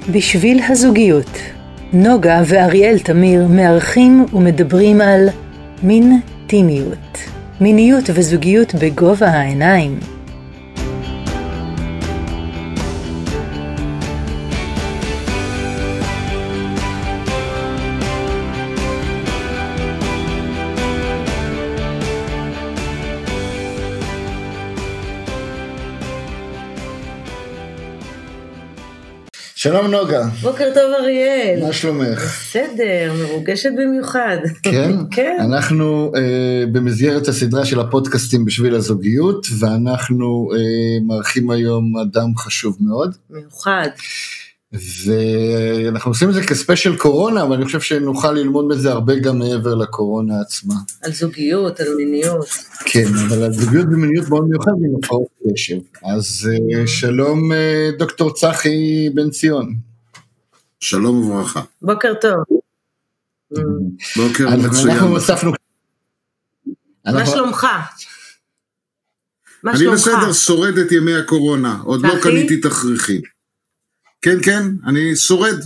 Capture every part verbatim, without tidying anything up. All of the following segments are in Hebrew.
בשביל הזוגיות. נוגה ואריאל תמיר מארחים ומדברים על מין טימיות, מיניות וזוגיות בגובה העיניים. שלום נוגה. בוקר טוב אריאל. מה שלומך? בסדר, מרוגשת במיוחד. כן? כן. אנחנו אה, במסגרת הסדרה של הפודקאסטים בשביל הזוגיות, ואנחנו אה, מארחים היום אדם חשוב מאוד. מיוחד. ואנחנו עושים את זה כספיישל קורונה, אבל אני חושב שנוכל ללמוד בזה הרבה גם מעבר לקורונה עצמה. על זוגיות, על מיניות. כן, אבל על זוגיות ומיניות מאוד מיוחד עם הפרעות קשב. אז שלום דוקטור צחי בן ציון. שלום וברכה. בוקר טוב. בוקר מצוין. אנחנו הוספנו... מה שלומך? אני בסדר, שורד את ימי הקורונה, עוד לא קניתי תכריכים. כן, כן, אני שורד.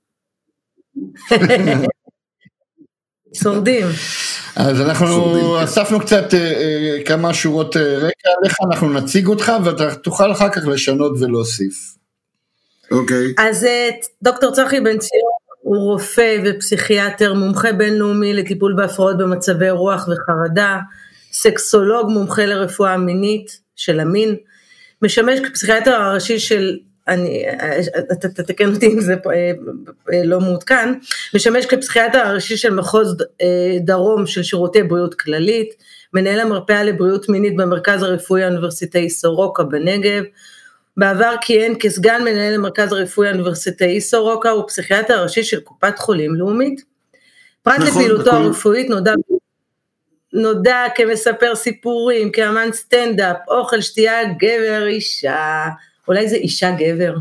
שורדים. אז אנחנו אספנו קצת כמה שורות רקע עליך, אנחנו נציג אותך, ואתה תוכל אחר כך לשנות ולהוסיף. אוקיי. אז דוקטור צחי בן ציון הוא רופא ופסיכיאטר, מומחה בינלאומי לטיפול בהפרעות במצבי רוח וחרדה, סקסולוג מומחה לרפואה מינית של המין, משמש כפסיכיאטר הראשי של... אני, אתה תתקן אותי אם זה לא מעודכן, משמש כפסיכיאטר הראשי של מחוז דרום של שירותי בריאות כללית, מנהל המרפאה לבריאות מינית במרכז הרפואי האוניברסיטאי סורוקה בנגב, בעבר כיהן כסגן מנהל המרכז הרפואי האוניברסיטאי סורוקה, הוא פסיכיאטר הראשי של קופת חולים לאומית, פרט נכון, לפעילותו נכון. הרפואית נודע, נודע כמספר סיפורים, כאמן סטנדאפ, אוכל שתייה גבר אישה, אולי זה אישה גבר.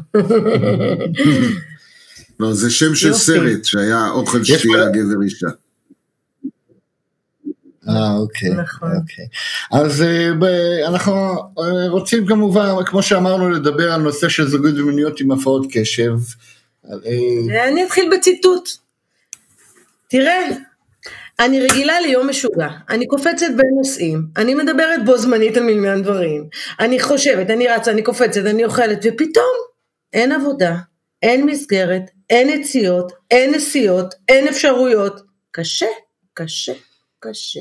לא, זה שם של סרט, שהיה אוכל שתייה גבר אישה. אה, אוקיי. נכון. אז אנחנו רוצים כמובן, כמו שאמרנו, לדבר על נושא של זוגיות ומיניות עם הפרעות קשב. אני אתחיל בציטוט. תראה, אני רגילה ליום משוגע, אני קופצת בין נושאים, אני מדברת בו זמנית על מיליון דברים, אני חושבת, אני רצה, אני קופצת, אני אוכלת, ופתאום אין עבודה, אין מסגרת, אין יציאות, אין נסיעות, אין אפשרויות, קשה, קשה, קשה.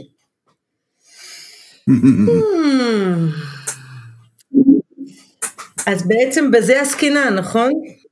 אז בעצם בזה עסקינן, נכון?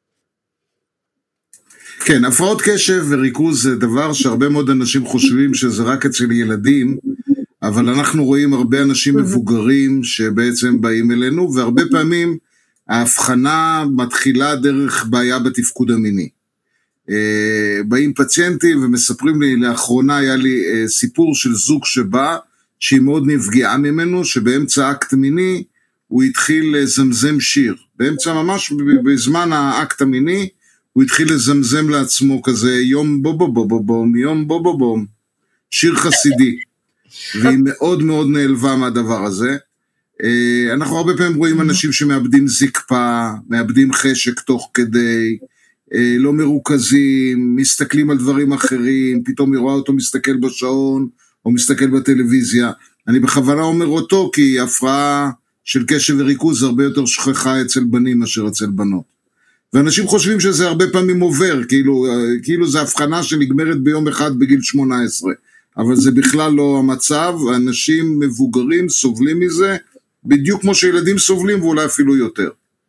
כן, הפרעות קשב וריכוז זה דבר שהרבה מאוד אנשים חושבים שזה רק אצל ילדים, אבל אנחנו רואים הרבה אנשים מבוגרים שבעצם באים אלינו, והרבה פעמים ההבחנה מתחילה דרך בעיה בתפקוד המיני. באים פציינטים ומספרים לי, לאחרונה היה לי סיפור של זוג שבא, שהיא מאוד נפגעה ממנו, שבאמצע האקט מיני הוא התחיל לזמזם שיר, באמצע ממש בזמן האקט המיני, הוא התחיל לזמזם לעצמו כזה, יום בו בו בו בו בום, יום בו בו בום, שיר חסידי, והיא מאוד מאוד נעלבה מהדבר הזה. אנחנו הרבה פעמים רואים אנשים שמאבדים זקפה, מאבדים חשק תוך כדי, לא מרוכזים, מסתכלים על דברים אחרים, פתאום היא רואה אותו מסתכל בשעון, או מסתכל בטלוויזיה. אני בכוונה אומר אותו, כי הפרעה של קשב וריכוז הרבה יותר שכחה אצל בנים מאשר אצל בנות. ואנשים חושבים שזה הרבה פעמים עובר, כאילו, כאילו זה הבחנה שנגמרת ביום אחד בגיל שמונה עשרה, אבל זה בכלל לא המצב, אנשים מבוגרים סובלים מזה, בדיוק כמו שילדים סובלים, ואולי אפילו יותר.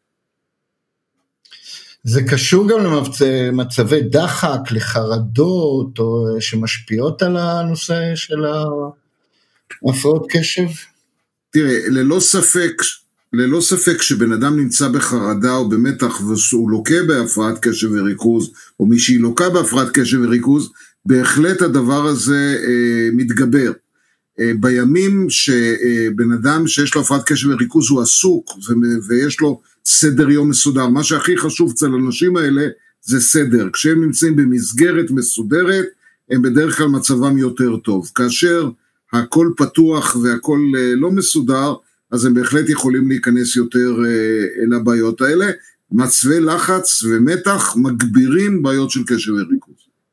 זה קשור גם למצבי דחק, לחרדות, או שמשפיעות על הנושא של הפרעות קשב? תראה, ללא ספק... ללא ספק שבן אדם נמצא בחרדה או במתח והוא לוקה בהפרעת קשב וריכוז, או מי שהיא לוקה בהפרעת קשב וריכוז, בהחלט הדבר הזה אה, מתגבר. אה, בימים שבן אדם שיש לו הפרעת קשב וריכוז הוא עסוק, ו- ויש לו סדר יום מסודר, מה שהכי חשוב אצל האנשים האלה זה סדר. כשהם נמצאים במסגרת מסודרת, הם בדרך כלל מצבם יותר טוב. כאשר הכל פתוח והכל אה, לא מסודר, אז הם בהחלט יכולים להיכנס יותר אל הבעיות האלה, מצבי לחץ ומתח מגבירים בעיות של קשב וריכוז.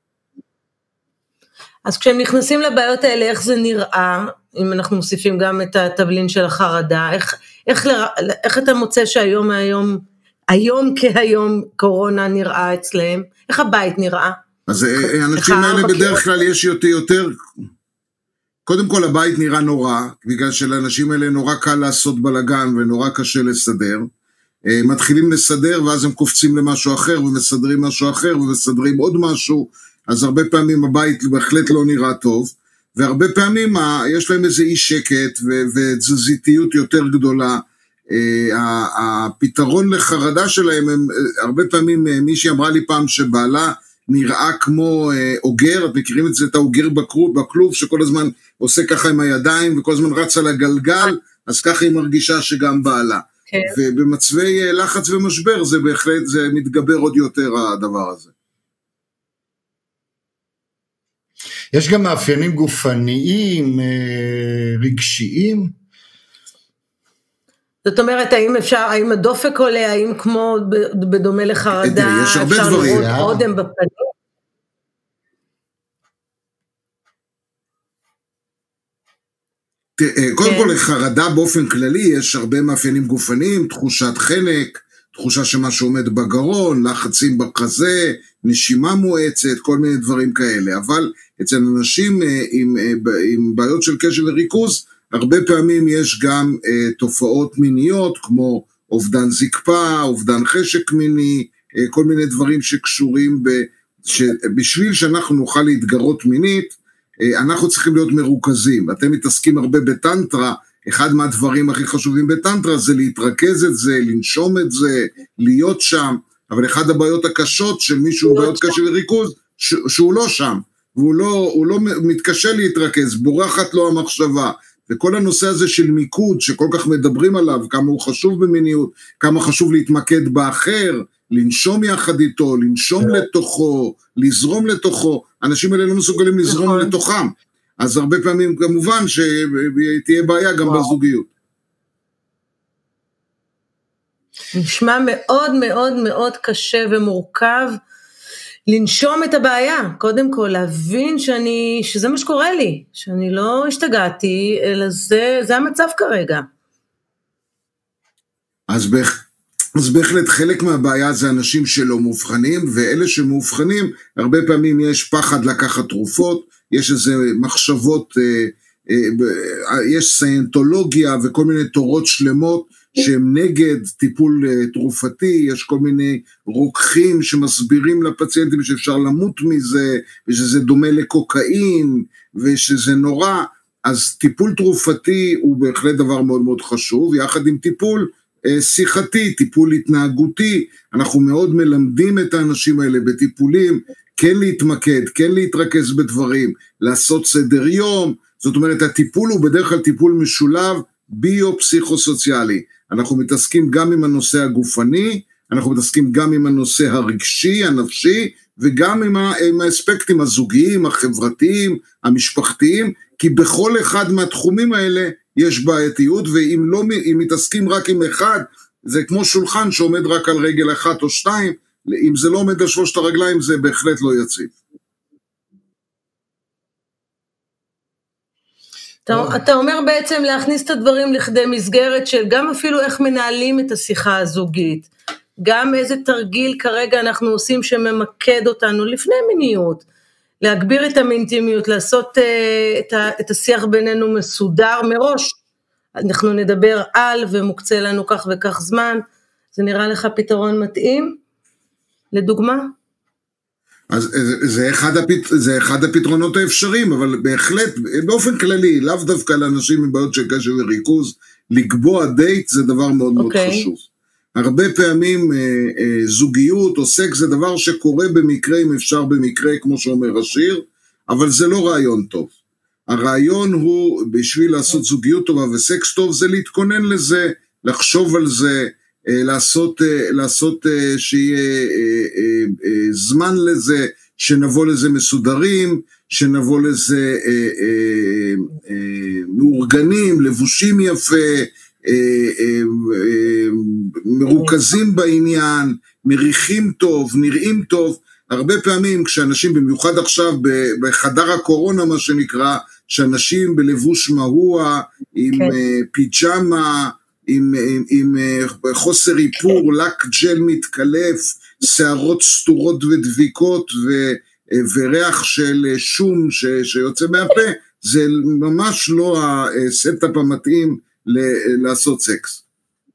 אז כשהם נכנסים לבעיות האלה, איך זה נראה, אם אנחנו מוסיפים גם את התבלין של החרדה, איך, איך, איך אתה מוצא שהיום היום, היום כהיום קורונה נראה אצלהם, איך הבית נראה? אז האנשים האלה בדרך כלל יש יותר יותר, קודם כל הבית נראה נורא, בגלל שלאנשים האלה נורא קל לעשות בלגן ונורא קשה לסדר, מתחילים לסדר ואז הם קופצים למשהו אחר ומסדרים משהו אחר ומסדרים עוד משהו, אז הרבה פעמים הבית בהחלט לא נראה טוב, והרבה פעמים יש להם איזה אי שקט ותזזיתיות יותר גדולה, הפתרון לחרדה שלהם, הם, הרבה פעמים מישהי אמרה לי פעם שבעלה נראה כמו אוגר, את מכירים את זה, את האוגר בכלוב שכל הזמן עושה ככה עם הידיים וכל הזמן רץ על הגלגל, אז ככה היא מרגישה שגם בעלה. כן. ובמצבי לחץ ומשבר זה בהחלט, זה מתגבר עוד יותר הדבר הזה. יש גם מאפיינים גופניים, רגשיים? זאת אומרת, האם אפשר, האם הדופק עולה, האם כמו בדומה לחרדה, יש הרבה דברים. אפשר לראות עודם בפנים? קודם כל לחרדה באופן כללי יש הרבה מאפיינים גופניים, תחושת חנק, תחושה שמשהו עומד בגרון, לחצים בחזה, נשימה מואצת, כל מיני דברים כאלה, אבל אצל אנשים עם, עם בעיות של קשב וריכוז, הרבה פעמים יש גם אה, תופעות מיניות, כמו אובדן זקפה, אובדן חשק מיני, אה, כל מיני דברים שקשורים, ב, שבשביל שאנחנו נוכל להתגרות מינית, אה, אנחנו צריכים להיות מרוכזים. אתם מתעסקים הרבה בטנטרה, אחד מהדברים הכי חשובים בטנטרה זה להתרכז את זה, לנשום את זה, להיות שם, אבל אחד הבעיות הקשות של מישהו עם בעיות קשב וריכוז, ש, שהוא לא שם, והוא לא, הוא לא מתקשה להתרכז, בורחת לו המחשבה, וכל הנושא הזה של מיקוד, שכל כך מדברים עליו, כמה הוא חשוב במיניות, כמה חשוב להתמקד באחר, לנשום יחד איתו, לנשום לתוכו, לזרום לתוכו, אנשים האלה לא מסוגלים לזרום לתוכם, אז הרבה פעמים כמובן שתהיה בעיה גם בזוגיות. נשמע מאוד מאוד מאוד קשה ומורכב, לנשום את הבעיה, קודם כל להבין שאני, שזה מה שקורה לי, שאני לא השתגעתי, אלא זה, זה המצב כרגע. אז, בהח, אז בהחלט חלק מהבעיה זה אנשים שלא מאובחנים, ואלה שמאובחנים, הרבה פעמים יש פחד לקחת תרופות, יש איזה מחשבות, אה, אה, יש סיינטולוגיה וכל מיני תורות שלמות, שהם נגד טיפול תרופתי, יש כל מיני רוקחים שמסבירים לפציינטים שאפשר למות מזה, ושזה דומה לקוקאין, ושזה נורא, אז טיפול תרופתי הוא בהחלט דבר מאוד מאוד חשוב, יחד עם טיפול שיחתי, טיפול התנהגותי, אנחנו מאוד מלמדים את האנשים האלה בטיפולים, כן להתמקד, כן להתרכז בדברים, לעשות סדר יום, זאת אומרת הטיפול הוא בדרך כלל טיפול משולב, ביו-פסיכוסוציאלי, אנחנו מתעסקים גם עם הנושא הגופני, אנחנו מתעסקים גם עם הנושא הרגשי, הנפשי, וגם עם, ה, עם האספקטים הזוגיים, החברתיים, המשפחתיים, כי בכל אחד מהתחומים האלה יש בעייתיות, ואם לא, אם מתעסקים רק עם אחד, זה כמו שולחן שעומד רק על רגל אחת או שתיים, אם זה לא עומד על שלושת הרגליים, זה בהחלט לא יציב. אתה, אתה אומר בעצם להכניס את הדברים לכדי מסגרת של גם אפילו איך מנהלים את השיחה הזוגית, גם איזה תרגיל כרגע אנחנו עושים שממקד אותנו לפני מיניות, להגביר את המינטימיות, לעשות uh, את, ה, את השיח בינינו מסודר מראש, אנחנו נדבר על ומוקצה לנו כך וכך זמן, זה נראה לך פתרון מתאים? לדוגמה? אז זה אחד, הפת... זה אחד הפתרונות האפשריים, אבל בהחלט, באופן כללי, לאו דווקא לאנשים עם בעיות של קשב וריכוז, לקבוע דייט זה דבר מאוד okay. מאוד חשוב. הרבה פעמים אה, אה, זוגיות או סקס זה דבר שקורה במקרה, אם אפשר במקרה, כמו שאומר השיר, אבל זה לא רעיון טוב. הרעיון הוא, בשביל לעשות זוגיות טובה וסקס טוב, זה להתכונן לזה, לחשוב על זה, לעשות, לעשות שיהיה זמן לזה, שנבוא לזה מסודרים, שנבוא לזה מאורגנים, לבושים יפה, מרוכזים בעניין, מריחים טוב, נראים טוב. הרבה פעמים כשאנשים, במיוחד עכשיו בחדר הקורונה מה שנקרא, שאנשים בלבוש מהוע, עם פיג'מה, עם, עם, עם חוסר איפור, לק ג'ל מתקלף, שערות סתורות ודביקות ו, וריח של שום ש, שיוצא מהפה, זה ממש לא הסטאפ המתאים ל- לעשות סקס.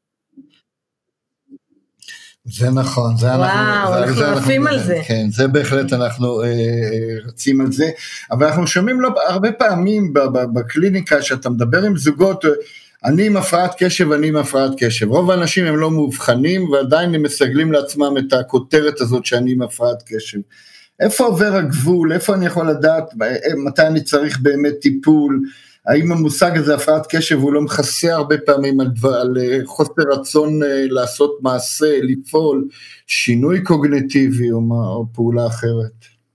זה נכון, זה וואו, אנחנו, אנחנו זה, רפים אנחנו, על זה. כן, זה בהחלט אנחנו אה, רצים על זה, אבל אנחנו שומעים לא, הרבה פעמים בקליניקה שאתה מדבר עם זוגות, אני עם הפרעת קשב, אני עם הפרעת קשב, רוב האנשים הם לא מאובחנים, ועדיין הם מסגלים לעצמם את הכותרת הזאת שאני עם הפרעת קשב. איפה עובר הגבול, איפה אני יכול לדעת, מתי אני צריך באמת טיפול, האם המושג הזה, הפרעת קשב, הוא לא מכסה הרבה פעמים על, דבר, על חוסר רצון לעשות מעשה, לפעול, שינוי קוגניטיבי או, מה, או פעולה אחרת?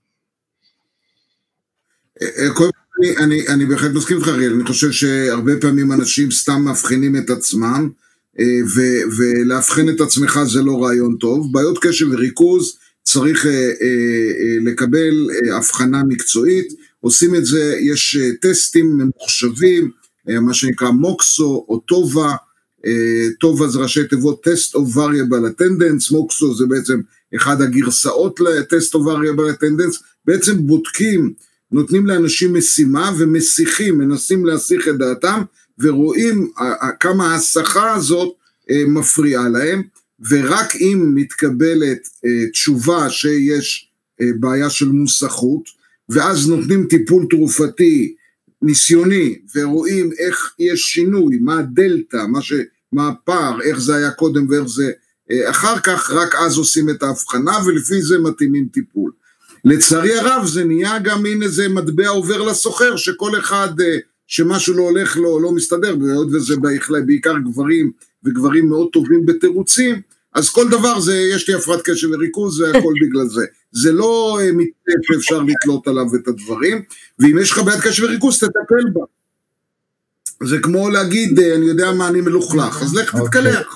קודם כל, אני, אני, אני בהחלט מסכים לך, אריאל, אני חושב שהרבה פעמים אנשים סתם מבחינים את עצמם, ו, ולהבחין את עצמך זה לא רעיון טוב. בעיות קשב וריכוז צריך לקבל הבחנה מקצועית, עושים את זה, יש טסטים ממוחשבים, מה שנקרא מוקסו או טובה, טובה זה ראשי תיבות Test of Variable Attendance, מוקסו זה בעצם אחד הגרסאות ל-Test of Variable Attendance, בעצם בודקים, נותנים לאנשים משימה ומסיחים, מנסים להסיח את דעתם, ורואים כמה ההסחה הזאת מפריעה להם, ורק אם מתקבלת תשובה שיש בעיה של מוסכות, ואז נותנים טיפול תרופתי ניסיוני, ורואים איך יש שינוי, מה הדלטה, מה, ש, מה הפער, איך זה היה קודם ואיך זה אחר כך, רק אז עושים את ההבחנה, ולפי זה מתאימים טיפול. לצערי הרב זה נהיה גם מין איזה מטבע עובר לסוחר, שכל אחד שמשהו לא הולך לו, לא מסתדר, וזה בעיקר גברים, וגברים מאוד טובים בתירוצים, אז כל דבר זה, יש לי הפרעת קשב וריכוז, זה הכל בגלל זה. זה לא מתאפ שאפשר לתלות עליו את הדברים, ואם יש לך בעיית קשב וריכוז, תטפל בה. זה כמו להגיד, אני יודע מה, אני מלוכלך, אז לך תתקלח.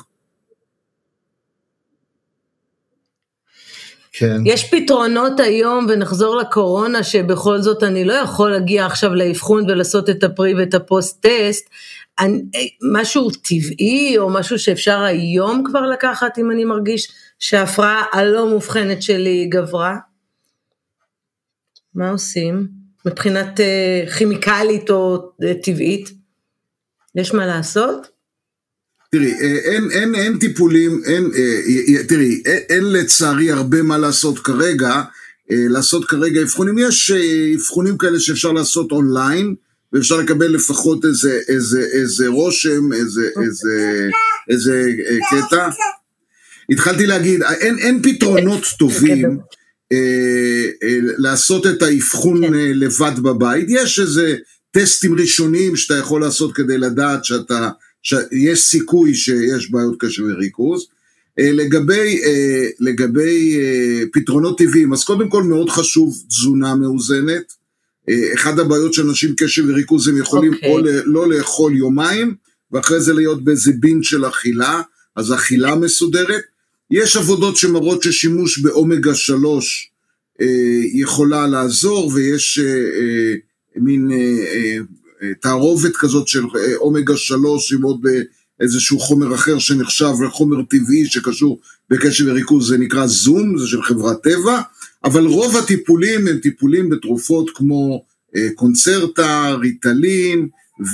כן. יש פתרונות היום, ונחזור לקורונה, שבכל זאת אני לא יכול להגיע עכשיו לאבחון, ולעשות את הפרי ואת הפוסט-טסט, משהו טבעי, או משהו שאפשר היום כבר לקחת, אם אני מרגיש שההפרעה הלא מובחנת שלי גברה? מה עושים? מבחינת כימיקלית או טבעית? יש מה לעשות? תראי, אין, אין, אין טיפולים, אין, תראי, אין, אין לצערי הרבה מה לעשות כרגע, לעשות כרגע אבחונים, יש אבחונים כאלה שאפשר לעשות אונליין, ואפשר לקבל לפחות איזה, איזה, איזה רושם, איזה, איזה, איזה קטע. התחלתי להגיד, אין, אין פתרונות טובים אה, אה, לעשות את האבחון לבד בבית. יש איזה טסטים ראשוניים שאתה יכול לעשות כדי לדעת שאתה, שיש סיכוי שיש בעיות קשב וריכוז. אה, לגבי, אה, לגבי אה, פתרונות טבעיים, אז קודם כל מאוד חשוב תזונה מאוזנת. אחד הבעיות של אנשים קשב וריכוז, הם יכולים okay. או לא לאכול יומיים, ואחרי זה להיות באיזה בין של אכילה, אז אכילה מסודרת. יש עבודות שמראות ששימוש באומגה שלוש אה, יכולה לעזור, ויש אה, אה, מין אה, אה, תערובת כזאת של אה, אומגה שלוש, עם עוד אה, איזשהו חומר אחר שנחשב לחומר טבעי שקשור בקשב וריכוז, זה נקרא זום, זה של חברת טבע, אבל רוב הטיפולים הם טיפולים בתרופות כמו אה, קונצרטה, ריטלין,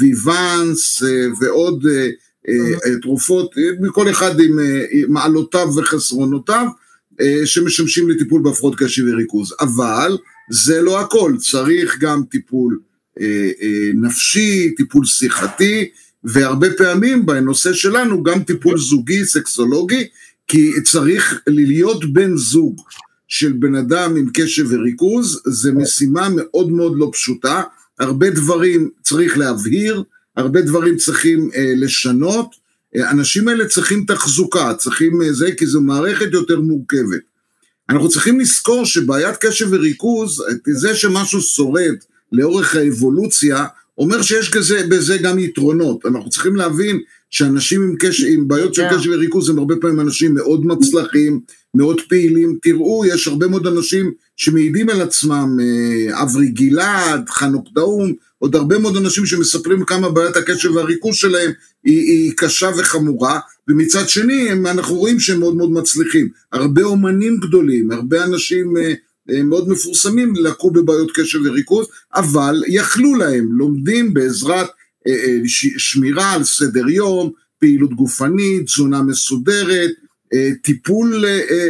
ויוונס אה, ועוד אה, אה, תרופות, אה, כל אחד עם אה, מעלותיו וחסרונותיו, אה, שמשמשים לטיפול בהפרעות קשב וריכוז. אבל זה לא הכל, צריך גם טיפול אה, אה, נפשי, טיפול שיחתי, והרבה פעמים בנושא שלנו גם טיפול זוגי, סקסולוגי, כי צריך להיות בן זוג של בן אדם עם קשב וריכוז, זה משימה מאוד מאוד לא פשוטה, הרבה דברים צריך להבהיר, הרבה דברים צריכים אה, לשנות, אה, אנשים האלה צריכים תחזוקה, צריכים אה, זה, כי זו מערכת יותר מורכבת. אנחנו צריכים לזכור שבעיית קשב וריכוז, זה שמשהו שורד לאורך האבולוציה, אומר שיש כזה, בזה גם יתרונות, אנחנו צריכים להבין שאנשים עם, קש, עם בעיות של קשב וריכוז הם הרבה פעמים אנשים מאוד מצלחים, מאוד פעילים. תראו, יש הרבה מאוד אנשים שמעידים על עצמם, אברי גלעד, חנוך דאום, עוד הרבה מאוד אנשים שמספרים כמה בעיית הקשב והריכוז שלהם היא, היא קשה וחמורה, ומצד שני הם, אנחנו רואים שהם מאוד מאוד מצליחים. הרבה אומנים גדולים, הרבה אנשים מאוד מפורסמים לקחו בבעיות קשב וריכוז, אבל יכלו להם, לומדים בעזרת שמירה על סדר יום, פעילות גופנית, תזונה מסודרת, טיפול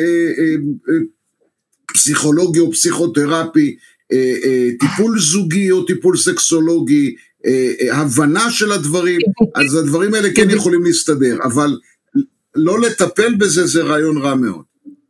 פסיכולוגי או פסיכותרפי, טיפול זוגי או טיפול סקסולוגי, הבנה של הדברים, אז הדברים האלה כן יכולים להסתדר, אבל לא לטפל בזה זה רעיון רע מאוד.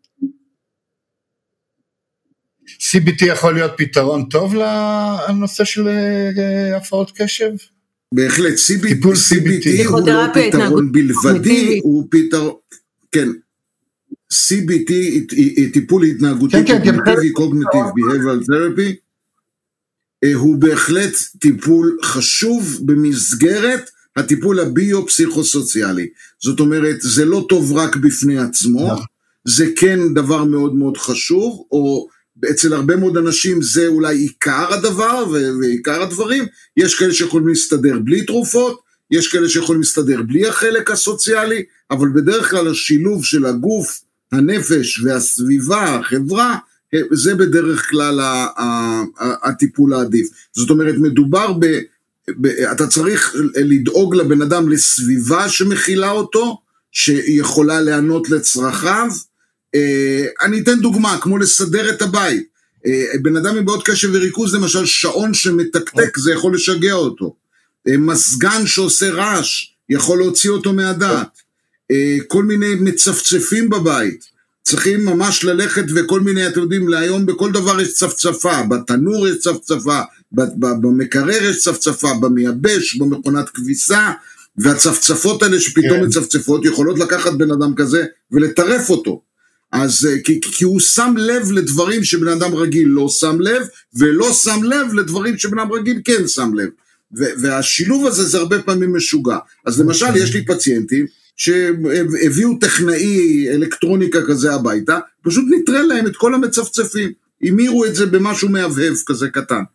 סי בי טי יכול להיות פתרון טוב לנושא של הפרעות קשב? בהחלט, סי בי טי הוא לא פתרון בלבדי, הוא פתרון, כן, סי בי טי, טיפול התנהגותי קוגניטיבי, קוגניטיב behavioral therapy, הוא בהחלט טיפול חשוב במסגרת הטיפול הביו-פסיכוסוציאלי. זאת אומרת, זה לא טוב רק בפני עצמו, זה כן דבר מאוד מאוד חשוב, או אצל הרבה מאוד אנשים זה אולי עיקר הדבר ועיקר הדברים. יש כאלה שיכולים להסתדר בלי תרופות, יש כאלה שיכולים להסתדר בלי החלק הסוציאלי, אבל בדרך כלל השילוב של הגוף, הנפש והסביבה, החברה, זה בדרך כלל הטיפול העדיף. זאת אומרת, מדובר ב... אתה צריך לדאוג לבן אדם לסביבה שמכילה אותו, שיכולה לענות לצרכיו. אני אתן דוגמה, כמו לסדר את הבית. בן אדם עם בעיות קשב וריכוז, למשל שעון שמתקתק, זה יכול לשגע אותו. מסגן שעושה רעש, יכול להוציא אותו מהדעת. כל מיני מצפצפים בבית, צריכים ממש ללכת וכל מיני, אתם יודעים, להיום בכל דבר יש צפצפה, בתנור יש צפצפה, במקרר יש צפצפה, במייבש, במכונת כביסה, והצפצפות האלה שפתאום מצפצפות יכולות לקחת בן אדם כזה ולטרף אותו. אז כי, כי הוא שם לב לדברים שבן אדם רגיל לא שם לב, ולא שם לב לדברים שבן אדם רגיל כן שם לב. והשילוב הזה זה הרבה פעמים משוגע. אז למשל יש לי פציינטים שהביאו טכנאי אלקטרוניקה כזה הביתה, פשוט נטרל להם את כל המצפצפים, המירו את זה במשהו מהבהב כזה קטן.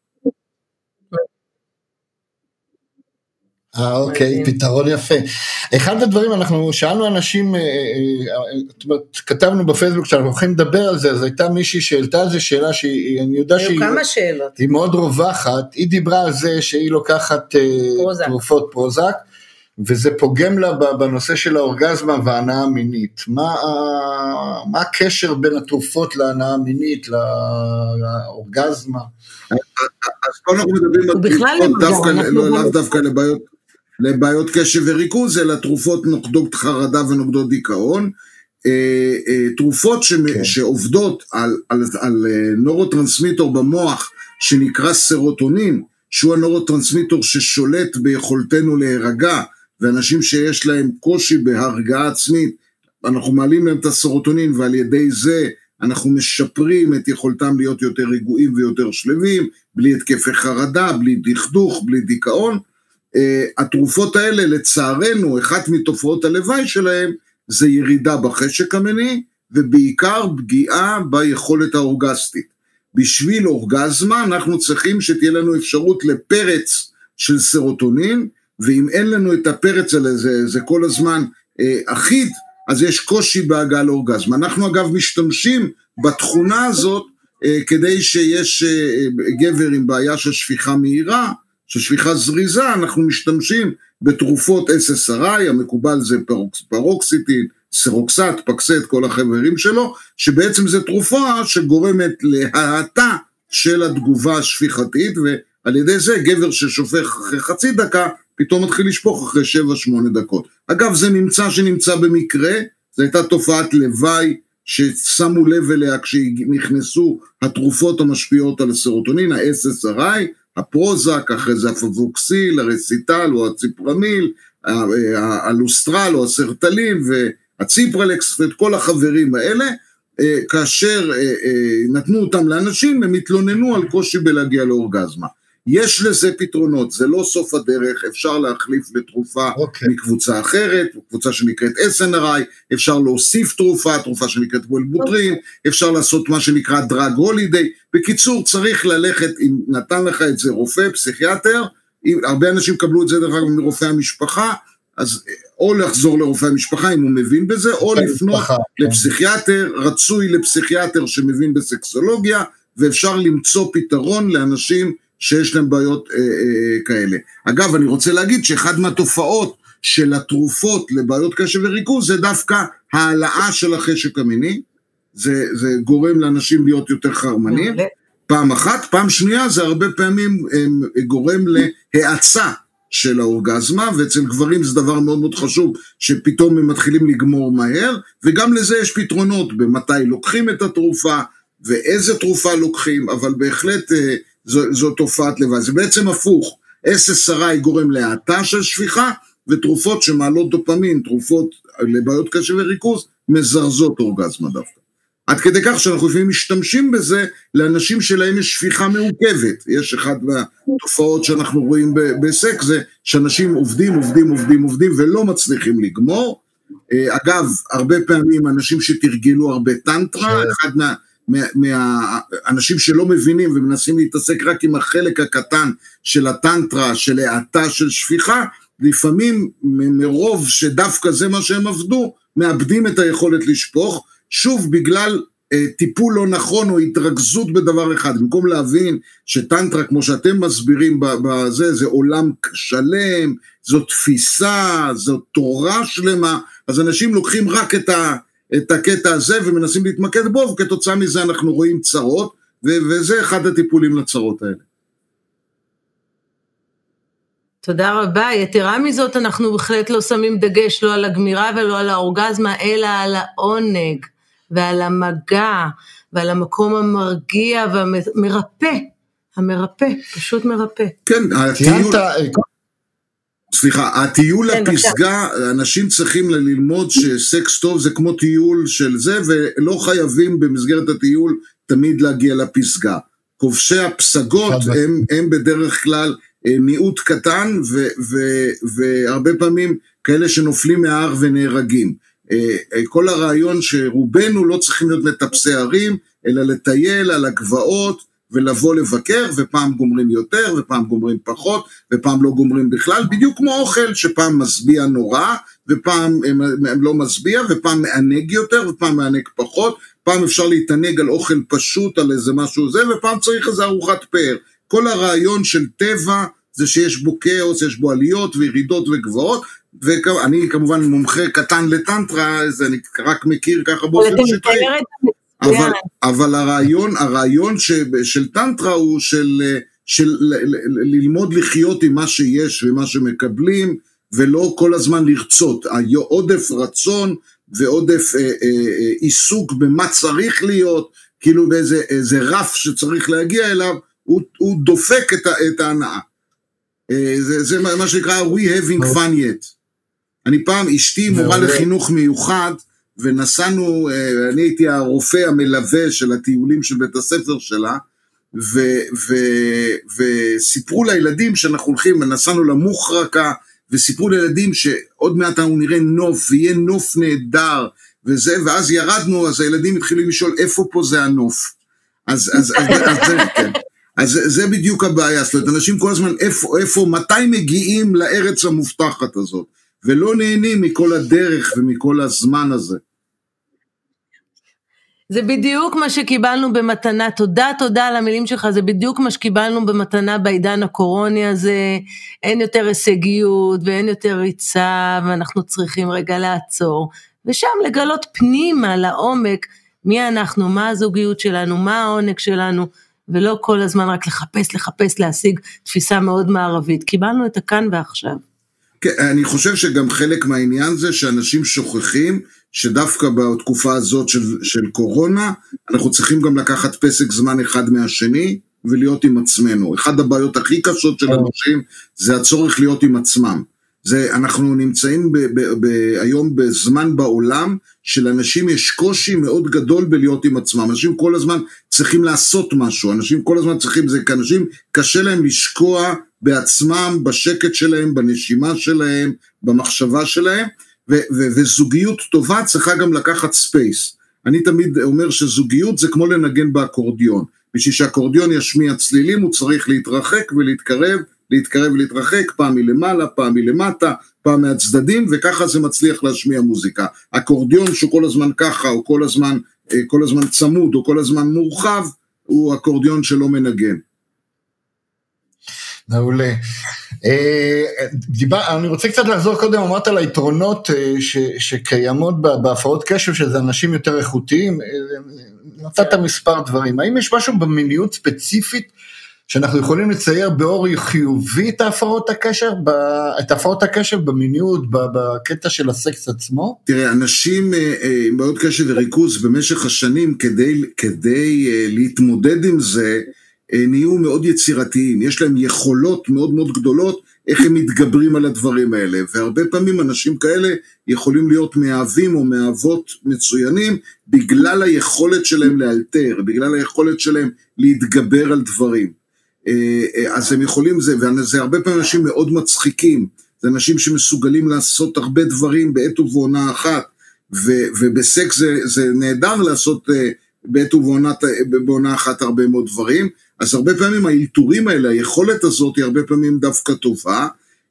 אה, אוקיי, פתרון יפה. אחד הדברים, אנחנו שאלנו אנשים, זאת אומרת, כתבנו בפייסבוק שאנחנו הולכים לדבר על זה, אז הייתה מישהי שהעלתה על זה שאלה שהיא, אני יודע שהיא כמה שאלות. היא מאוד רווחת, היא דיברה על זה שהיא לוקחת פרוזק. תרופות פרוזק, וזה פוגם לה בנושא של האורגזמה וההנאה המינית. מה, מה הקשר בין התרופות להנאה המינית, לאורגזמה? אז פה אנחנו מדברים על תרופות דווקא, לא דווקא לבעיות, לבעיות קשב וריכוז, אלא תרופות נוגדות חרדה ונוגדות דיכאון, תרופות שעובדות על, על, על נורוטרנסמיטור במוח, שנקרא סרוטונין, שהוא הנורוטרנסמיטור ששולט ביכולתנו להירגע, ואנשים שיש להם קושי בהרגעה עצמית, אנחנו מעלים להם את הסרוטונין, ועל ידי זה אנחנו משפרים את יכולתם להיות יותר רגועים ויותר שלווים, בלי התקפי חרדה, בלי דכדוך, בלי דיכאון. התרופות האלה לצערנו, אחת מתופעות הלוואי שלהם, זה ירידה בחשק המיני, ובעיקר פגיעה ביכולת האורגסטית. בשביל אורגזמה אנחנו צריכים שתהיה לנו אפשרות לפרץ של סרוטונין, ואם אין לנו את הפרץ הזה, זה, זה כל הזמן אה, אחיד, אז יש קושי בהגעה לאורגזמה. אנחנו אגב משתמשים בתכונה הזאת, אה, כדי שיש אה, גבר עם בעיה של שפיכה מהירה, של שפיכה זריזה, אנחנו משתמשים בתרופות אס אס אר איי, המקובל זה פרוקס, פרוקסיטין, סרוקסט, פקסט, כל החברים שלו, שבעצם זה תרופה שגורמת להאטה של התגובה השפיכתית, ועל ידי זה גבר ששופך אחרי חצי דקה, פתאום מתחיל לשפוך אחרי שבע שמונה דקות. אגב, זה נמצא שנמצא במקרה, זו הייתה תופעת לוואי, ששמו לב אליה כשנכנסו התרופות המשפיעות על הסרוטונין, ה-אס אס אר איי, הפרוזק, אחרי זה הפבוקסיל, הרסיטל או הציפרמיל, הלוסטרל או הסרטלים והציפרלקס ואת כל החברים האלה, כאשר נתנו אותם לאנשים, הם התלוננו על קושי בלהגיע לאורגזמה. יש לזה פתרונות, זה לא סוף הדרך, אפשר להחליף לתרופה okay. מקבוצה אחרת, קבוצה שנקראת אס אן אר איי, אפשר להוסיף תרופה, תרופה שנקראת וולבוטרין, okay. אפשר לעשות מה שנקרא דרג הולידיי, בקיצור צריך ללכת, אם נתן לך את זה רופא, פסיכיאטר, אם, הרבה אנשים קבלו את זה דרך אגב מרופא המשפחה, אז או לחזור לרופא המשפחה אם הוא מבין בזה, או לפנות לפסיכיאטר, רצוי לפסיכיאטר שמבין בסקסולוגיה, ואפשר למצוא פתרון לאנשים שיש להם בעיות אה, אה, כאלה. אגב, אני רוצה להגיד שאחד מהתופעות של התרופות לבעיות קשב וריכוז, זה דווקא העלאה של החשק המיני, זה, זה גורם לאנשים להיות יותר חרמנים, פעם אחת, פעם שנייה זה הרבה פעמים אה, גורם להאצה, של האורגזמה, ואצל גברים זה דבר מאוד מאוד חשוב, שפתאום הם מתחילים לגמור מהר, וגם לזה יש פתרונות, במתי לוקחים את התרופה, ואיזה תרופה לוקחים, אבל בהחלט זו, זו תופעת לוואי, זה בעצם הפוך, אס אס אר איי גורם להאטה של שפיכה, ותרופות שמעלות דופמין, תרופות לבעיות קשב וריכוז, מזרזות אורגזמה דווקא. עד כדי כך שאנחנו לפעמים משתמשים בזה לאנשים שלהם יש שפיכה מעוכבת. יש אחד מהתופעות שאנחנו רואים בסק, זה שאנשים עובדים, עובדים, עובדים, עובדים, ולא מצליחים לגמור. אגב, הרבה פעמים אנשים שתרגלו הרבה טנטרה, אחד מה, מה, מהאנשים שלא מבינים ומנסים להתעסק רק עם החלק הקטן של הטנטרה, של העתה של שפיכה, לפעמים מרוב שדווקא זה מה שהם עבדו, מאבדים את היכולת לשפוך, שוב בגלל אה, טיפול לא נכון או התרכזות בדבר אחד, במקום להבין שטנטרה כמו שאתם מסבירים בזה, זה עולם שלם, זו תפיסה, זו תורה שלמה, אז אנשים לוקחים רק את, ה, את הקטע הזה ומנסים להתמקד בו, וכתוצאה מזה אנחנו רואים צרות, ו- וזה אחד הטיפולים לצרות האלה. תודה רבה, יתרה מזאת אנחנו בהחלט לא שמים דגש לא על הגמירה ולא על האורגזמה, אלא על העונג ועל המגע ועל המקום המרגיע והמרפא, המרפא, פשוט מרפא. כן, הטיול, סליחה, הטיול לפסגה, אנשים צריכים ללמוד שסקס טוב זה כמו טיול של זה, ולא חייבים במסגרת הטיול תמיד להגיע לפסגה. כובשי הפסגות הם, הם בדרך כלל מיעוט קטן, ו- ו- והרבה פעמים כאלה שנופלים מההר ונהרגים. כל הרעיון שרובנו לא צריכים להיות מטפסי הרים, אלא לטייל על הגבעות, ולבוא לבקר, ופעם גומרים יותר, ופעם גומרים פחות, ופעם לא גומרים בכלל, בדיוק כמו אוכל, שפעם מסביע נורא, ופעם הם, הם לא מסביע, ופעם מענג יותר, ופעם מענג פחות, פעם אפשר להתענג על אוכל פשוט, על איזה משהו זה, ופעם צריך איזה ארוחת פאר. כל הרעיון של טבע, זה שיש בו כאוס, יש בו עליות וירידות וגבעות, ואני כמובן מומחה קטן לטנטרה, אז אני רק מכיר ככה באופן שטרי, אבל, אבל הרעיון, הרעיון ש, של טנטרה הוא של, של ללמוד לחיות עם מה שיש ומה שמקבלים, ולא כל הזמן לרצות, עודף רצון ועודף אה, אה, עיסוק במה צריך להיות, כאילו באיזה איזה רף שצריך להגיע אליו, הוא, הוא דופק את, את ההנאה. זה, זה מה שנקרא we having fun yet. אני פעם, אשתי מורה לחינוך מיוחד, ונסענו, אני הייתי הרופא המלווה של הטיולים של בית הספר שלה, ו, ו, וסיפרו לילדים שאנחנו הולכים, ונסענו למוחרקה, וסיפרו לילדים שעוד מעט אנחנו נראה נוף, ויהיה נוף נהדר, וזה, ואז ירדנו, אז הילדים התחילו לשאול, איפה פה זה הנוף? אז, אז, אז, אז זה, כן. אז זה בדיוק הבעיה, זאת אומרת, אנשים כל הזמן, איפה, איפה, מתי מגיעים לארץ המובטחת הזאת, ולא נהנים מכל הדרך ומכל הזמן הזה. זה בדיוק מה שקיבלנו במתנה, תודה, תודה על המילים שלך, זה בדיוק מה שקיבלנו במתנה בעידן הקורוני הזה, אין יותר הישגיות ואין יותר ריצה, ואנחנו צריכים רגע לעצור, ושם לגלות פנימה לעומק, מי אנחנו, מה הזוגיות שלנו, מה העונג שלנו, ולא כל הזמן רק לחפש, לחפש, להשיג תפיסה מאוד מערבית. קיבלנו את הכאן ועכשיו. כן, אני חושב שגם חלק מהעניין זה שאנשים שוכחים שדווקא בתקופה הזאת של, של קורונה, אנחנו צריכים גם לקחת פסק זמן אחד מהשני ולהיות עם עצמנו. אחד הבעיות הכי קשות של אנשים זה הצורך להיות עם עצמם. זה, אנחנו נמצאים ב, ב, ב, היום בזמן בעולם, שלאנשים יש קושי מאוד גדול בלהיות עם עצמם, אנשים כל הזמן צריכים לעשות משהו, אנשים כל הזמן צריכים, זה כאנשים קשה להם לשקוע בעצמם, בשקט שלהם, בנשימה שלהם, במחשבה שלהם, ו, ו, וזוגיות טובה צריכה גם לקחת ספייס, אני תמיד אומר שזוגיות זה כמו לנגן באקורדיון, בשביל שהאקורדיון ישמיע צלילים, הוא צריך להתרחק ולהתקרב, להתקרב ולהתרחק, פעם מלמעלה, פעם מלמטה, פעם מהצדדים, וככה זה מצליח להשמיע מוזיקה. אקורדיון שכל הזמן ככה, או כל הזמן, כל הזמן צמוד, או כל הזמן מורחב, הוא אקורדיון שלא מנגן. מעולה. אני רוצה קצת לחזור קודם, אמרת על היתרונות שקיימות בהפרעות קשב, שזה אנשים יותר איכותיים, נתת מספר דברים. האם יש משהו במיניות ספציפית, שאנחנו יכולים לצייר באור חיובי את ההפרעות הקשב, את ההפרעות הקשב במיניות, בקטע של הסקס עצמו? תראה, אנשים עם בעיות קשב וריכוז במשך השנים, כדי, כדי להתמודד עם זה, נהיו מאוד יצירתיים, יש להם יכולות מאוד מאוד גדולות, איך הם מתגברים על הדברים האלה, והרבה פעמים אנשים כאלה יכולים להיות מאהבים או מאהבות מצוינים, בגלל היכולת שלהם לאלתר, בגלל היכולת שלהם להתגבר על דברים. אז הם יכולים, זה, וזה הרבה פעמים אנשים מאוד מצחיקים, זה אנשים שמסוגלים לעשות הרבה דברים בעת ובעונה אחת, ו, ובסקס זה, זה נהדר לעשות בעת ובעונה אחת הרבה מאוד דברים, אז הרבה פעמים האלתורים האלה, היכולת הזאת היא הרבה פעמים דווקא טובה,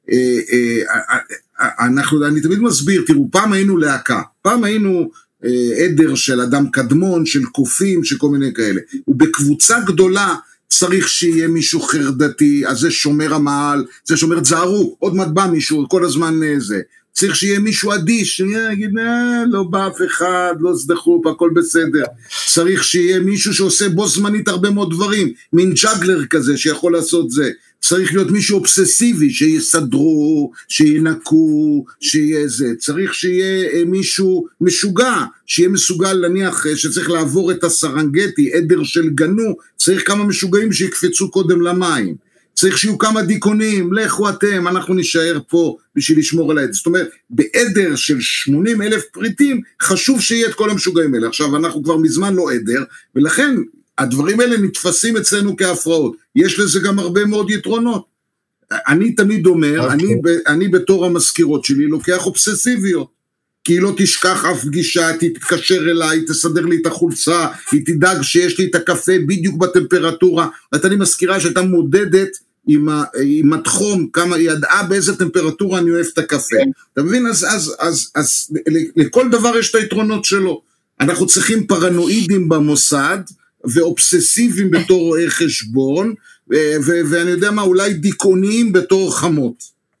אנחנו, אני תמיד מסביר, תראו, פעם היינו להקה, פעם היינו עדר של אדם קדמון, של קופים, של כל מיני כאלה, ובקבוצה גדולה, צריך שיהיה מישהו חרדתי, אז זה שומר המעל, זה שומר תזהרו, עוד מעט בא מישהו, כל הזמן זה, צריך שיהיה מישהו אדיש, שיגיד, לא בא אף אחד, לא סדחו, הכל בסדר, צריך שיהיה מישהו שעושה בו זמנית הרבה מאוד דברים, מין ג'אגלר כזה שיכול לעשות זה, צריך להיות מישהו אובססיבי, שיסדרו, שינקו, שיהיה זה, צריך שיהיה מישהו משוגע, שיהיה מסוגל להניח שצריך לעבור את הסרנגטי, עדר של גנו, צריך כמה משוגעים שיקפצו קודם למים, צריך שיהיו כמה דיקונים, לכו אתם, אנחנו נשאר פה בשביל לשמור על העד, זאת אומרת, בעדר של שמונים אלף פריטים, חשוב שיהיה את כל המשוגעים האלה, עכשיו אנחנו כבר מזמן לא עדר, ולכן, הדברים האלה נתפסים אצלנו כהפרעות, יש לזה גם הרבה מאוד יתרונות, אני תמיד אומר, okay. אני, אני בתור המזכירות שלי לוקח אובססיביות, כי היא לא תשכח אף פגישה, היא תתקשר אליי, היא תסדר לי את החולצה, היא תדאג שיש לי את הקפה בדיוק בטמפרטורה, ואתה אני מזכירה שהייתה מודדת עם, ה, עם התחום, כמה היא ידעה באיזה טמפרטורה אני אוהב את הקפה, okay. אתה מבין? אז, אז, אז, אז לכל דבר יש את היתרונות שלו, אנחנו צריכים פרנואידים במוסד, ואובססיביים בתור רואי חשבון, ו- ואני יודע מה, אולי דיכאוניים בתור חמות.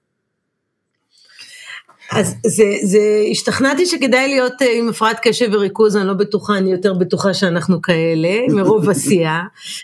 אז זה, זה, השתכנעתי שכדאי להיות עם הפרעת קשב וריכוז, אני לא בטוחה, אני יותר בטוחה שאנחנו כאלה, מרוב עשייה,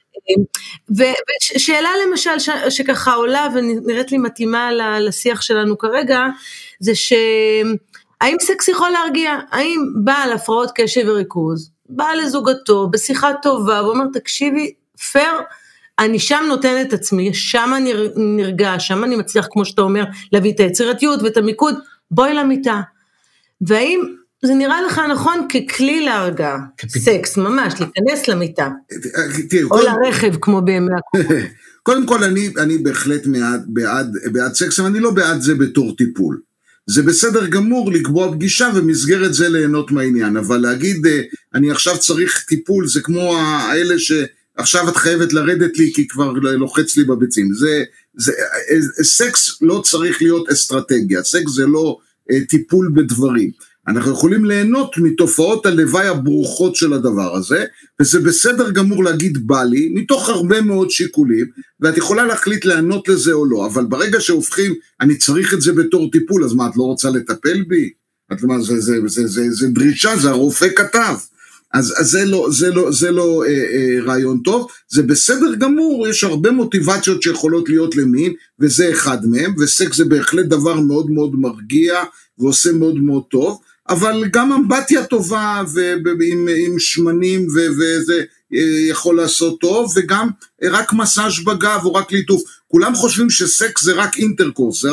ושאלה למשל ש, שככה עולה, ונראית לי מתאימה לשיח שלנו כרגע, זה ש... האם סקס יכול להרגיע? האם בעל הפרעות קשב וריכוז, בא לזוגתו, בשיחה טובה, ואומר, תקשיבי, פייר, אני שם נותן את עצמי, שם אני נרגע, שם אני מצליח, כמו שאתה אומר, להביא את היצירתיות ואת המיקוד, בואי למיטה. והאם זה נראה לך נכון ככלי להרגעה, סקס, ממש, להיכנס למיטה, או לרכב, כמו בימי הקורונה. קודם כל, אני בהחלט בעד סקס, אבל אני לא בעד זה בתור טיפול. זה בסדר גמור לקבוע פגישה ומסגרת זה ליהנות מהעניין, אבל להגיד אני עכשיו צריך טיפול, זה כמו האלה שעכשיו את חייבת לרדת לי כי כבר לוחץ לי בביצים, זה, זה, סקס לא צריך להיות אסטרטגיה, סקס זה לא טיפול בדברים, אנחנו יכולים ליהנות מתופעות הלוואי הברוכות של הדבר הזה, וזה בסדר גמור להגיד בא לי, מתוך הרבה מאוד שיקולים, ואת יכולה להחליט לענות לזה או לא, אבל ברגע שהופכים, אני צריך את זה בתור טיפול, אז מה, את לא רוצה לטפל בי? את מה, זה, זה, זה, זה, זה דרישה, זה הרופא כתב, אז, אז זה לא, זה לא, זה לא אה, אה, רעיון טוב, זה בסדר גמור, יש הרבה מוטיבציות שיכולות להיות למין, וזה אחד מהם, וסקס זה בהחלט דבר מאוד מאוד מרגיע, ועושה מאוד מאוד טוב, אבל גם אמבטיה טובה ועם, עם שמנים ו, וזה יכול לעשות טוב, וגם רק מסאז' בגב או רק ליטוף, כולם חושבים שסקס זה רק אינטרקורס, זה רק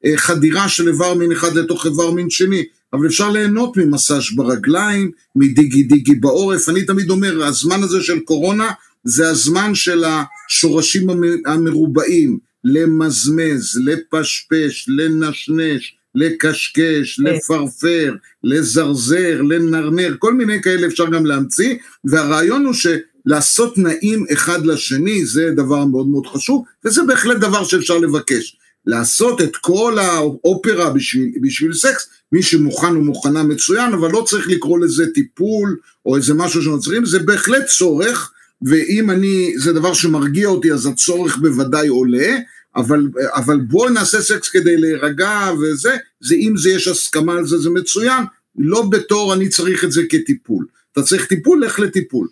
חדירה של איבר מין אחד לתוך איבר מין שני, אבל אפשר ליהנות ממסאז' ברגליים, מדיגי דיגי בעורף. אני תמיד אומר, הזמן הזה של קורונה, זה הזמן של השורשים המרובעים, למזמז, לפשפש, לנשנש, לקשקש, לפרפר, לזרזר, לנרנר, כל מיני כאלה אפשר גם להמציא, והרעיון הוא שלעשות נעים אחד לשני, זה דבר מאוד מאוד חשוב, וזה בהחלט דבר שאפשר לבקש. לעשות את כל האופרה בשביל, בשביל סקס, מי שמוכן ומוכנה מצוין, אבל לא צריך לקרוא לזה טיפול, או איזה משהו שנוצרים, זה בהחלט צורך, ואם אני, זה דבר שמרגיע אותי, אז הצורך בוודאי עולה, אבל, אבל בוא נעשה סקס כדי להירגע וזה, זה אם זה יש הסכמה על זה, זה מצוין, לא בתור אני צריך את זה כטיפול. אתה צריך טיפול, לך לטיפול.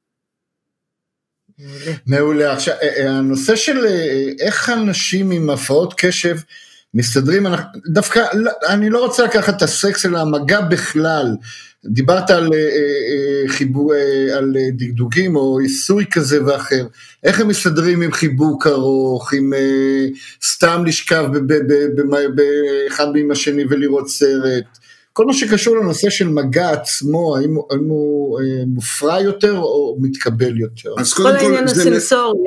מעולה. עכשיו, הנושא של איך אנשים עם הפרעות קשב מסתדרים, דווקא אני לא רוצה לקחת את הסקס אלא המגע בכלל, דיברת על חיבור, על דגדוגים או עיסוי כזה ואחר, איך הם מסתדרים עם חיבוק ארוך, עם סתם לשכב באחד עם השני ולראות סרט, כל מה שקשור לנושא של מגע עצמו, האם הוא מופרע יותר או מתקבל יותר? אז כל העניין הסנסורי,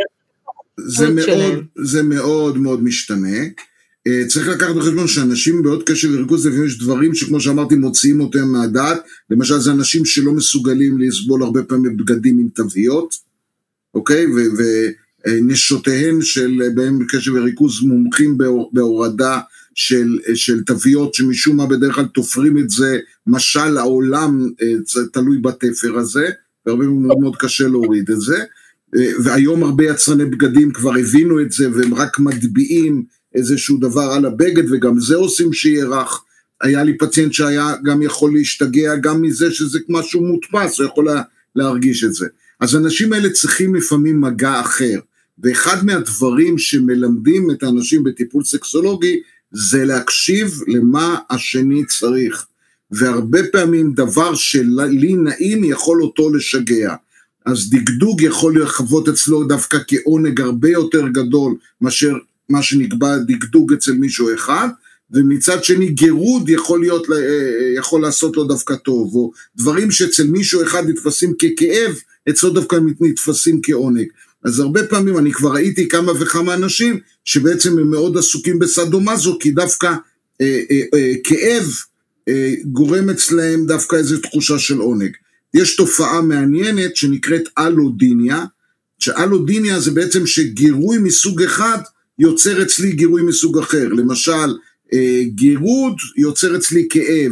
זה מאוד מאוד משתנה, צריך לקחת בחשבון שאנשים בעוד קשב וריכוז, לפעמים יש דברים שכמו שאמרתי מוציאים אותם מהדעת, למשל זה אנשים שלא מסוגלים לסבול הרבה פעמים בגדים עם תוויות, אוקיי, ונשותיהן של בהם קשב וריכוז מומחים בהורדה של, של תוויות שמשום מה בדרך כלל תופרים את זה, משל העולם תלוי בתפר הזה, והרבה מאוד מאוד קשה להוריד את זה, והיום הרבה יצרני בגדים כבר הבינו את זה, והם רק מדביעים איזשהו דבר על הבגד, וגם זה עושים שיהיה רך. היה לי פציינט שהיה גם יכול להשתגע, גם מזה שזה משהו מודפס, הוא יכול לה, להרגיש את זה. אז האנשים האלה צריכים לפעמים מגע אחר, ואחד מהדברים שמלמדים את האנשים בטיפול סקסולוגי, זה להקשיב למה השני צריך, והרבה פעמים דבר שלי נעים יכול אותו לשגע, אז דגדוג יכול לחוות אצלו דווקא כעונג הרבה יותר גדול, מאשר מה שנקבע דגדוג אצל מישהו אחד, ומצד שני גירוד יכול, להיות, יכול לעשות לו דווקא טוב, או דברים שאצל מישהו אחד נתפסים ככאב, אצלו דווקא נתפסים כעונג. אז הרבה פעמים אני כבר ראיתי כמה וכמה אנשים, שבעצם הם מאוד עסוקים בסדומזו, כי דווקא אה, אה, אה, כאב אה, גורם אצלהם דווקא איזו תחושה של עונג. יש תופעה מעניינת שנקראת אלודיניה, שאלודיניה זה בעצם שגירוי מסוג אחד, יוצר אצלי גירוי מסוג אחר, למשל גירוד יוצר אצלי כאב,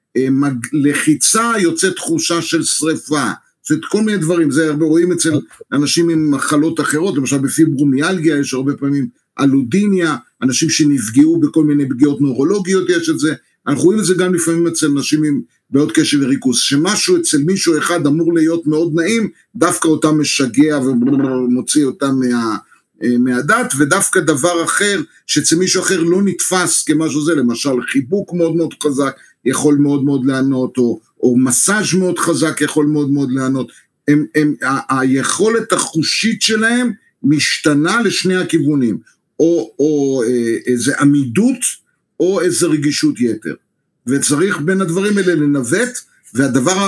לחיצה יוצא תחושה של שריפה, זאת כל מיני דברים, זה הרבה רואים אצל אנשים עם מחלות אחרות, למשל בפיברומיאלגיה יש הרבה פעמים אלודיניה, אנשים שנפגעו בכל מיני פגיעות נורולוגיות יש את זה, אנחנו רואים את זה גם לפעמים אצל אנשים עם בעיות קשב וריכוז, שמשהו אצל מישהו אחד אמור להיות מאוד נעים, דווקא אותם משגע ומוציא אותם מה... מהדת, ודווקא דבר אחר, שאצל מישהו אחר לא נתפס כמשהו זה, למשל חיבוק מאוד מאוד חזק, יכול מאוד מאוד לענות, או, או מסאז' מאוד חזק, יכול מאוד מאוד לענות, הם, הם, ה- היכולת החושית שלהם, משתנה לשני הכיוונים, או, או אה, איזה עמידות, או איזה רגישות יתר, וצריך בין הדברים האלה לנווט, והדבר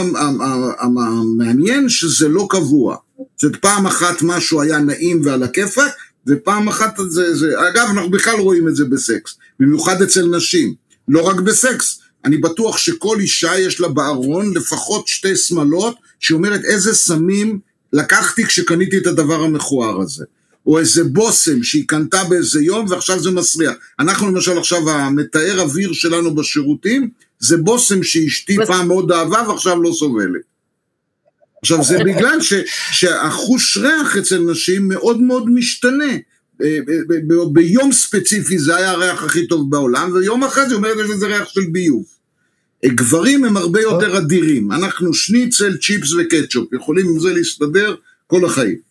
המעניין שזה לא קבוע, זאת פעם אחת משהו היה נעים ועל הכיפק, ופעם אחת זה, זה, אגב אנחנו בכלל רואים את זה בסקס, במיוחד אצל נשים, לא רק בסקס, אני בטוח שכל אישה יש לה בארון לפחות שתי שמלות, שאומרת איזה סמים לקחתי כשקניתי את הדבר המכוער הזה, או איזה בוסם שהיא קנתה באיזה יום ועכשיו זה מסריח, אנחנו למשל עכשיו המתאר אוויר שלנו בשירותים, זה בוסם שאשתי פעם מאוד אהבה ועכשיו לא סובלת. עכשיו זה בגלל ש, שהחוש ריח אצל נשים מאוד מאוד משתנה, ב, ב, ב, ביום ספציפי זה היה הריח הכי טוב בעולם, ויום אחרי זה אומרת שזה ריח של ביוב. גברים הם הרבה יותר אדירים, אנחנו שניצל, צ'יפס וקטשופ, יכולים עם זה להסתדר כל החיים.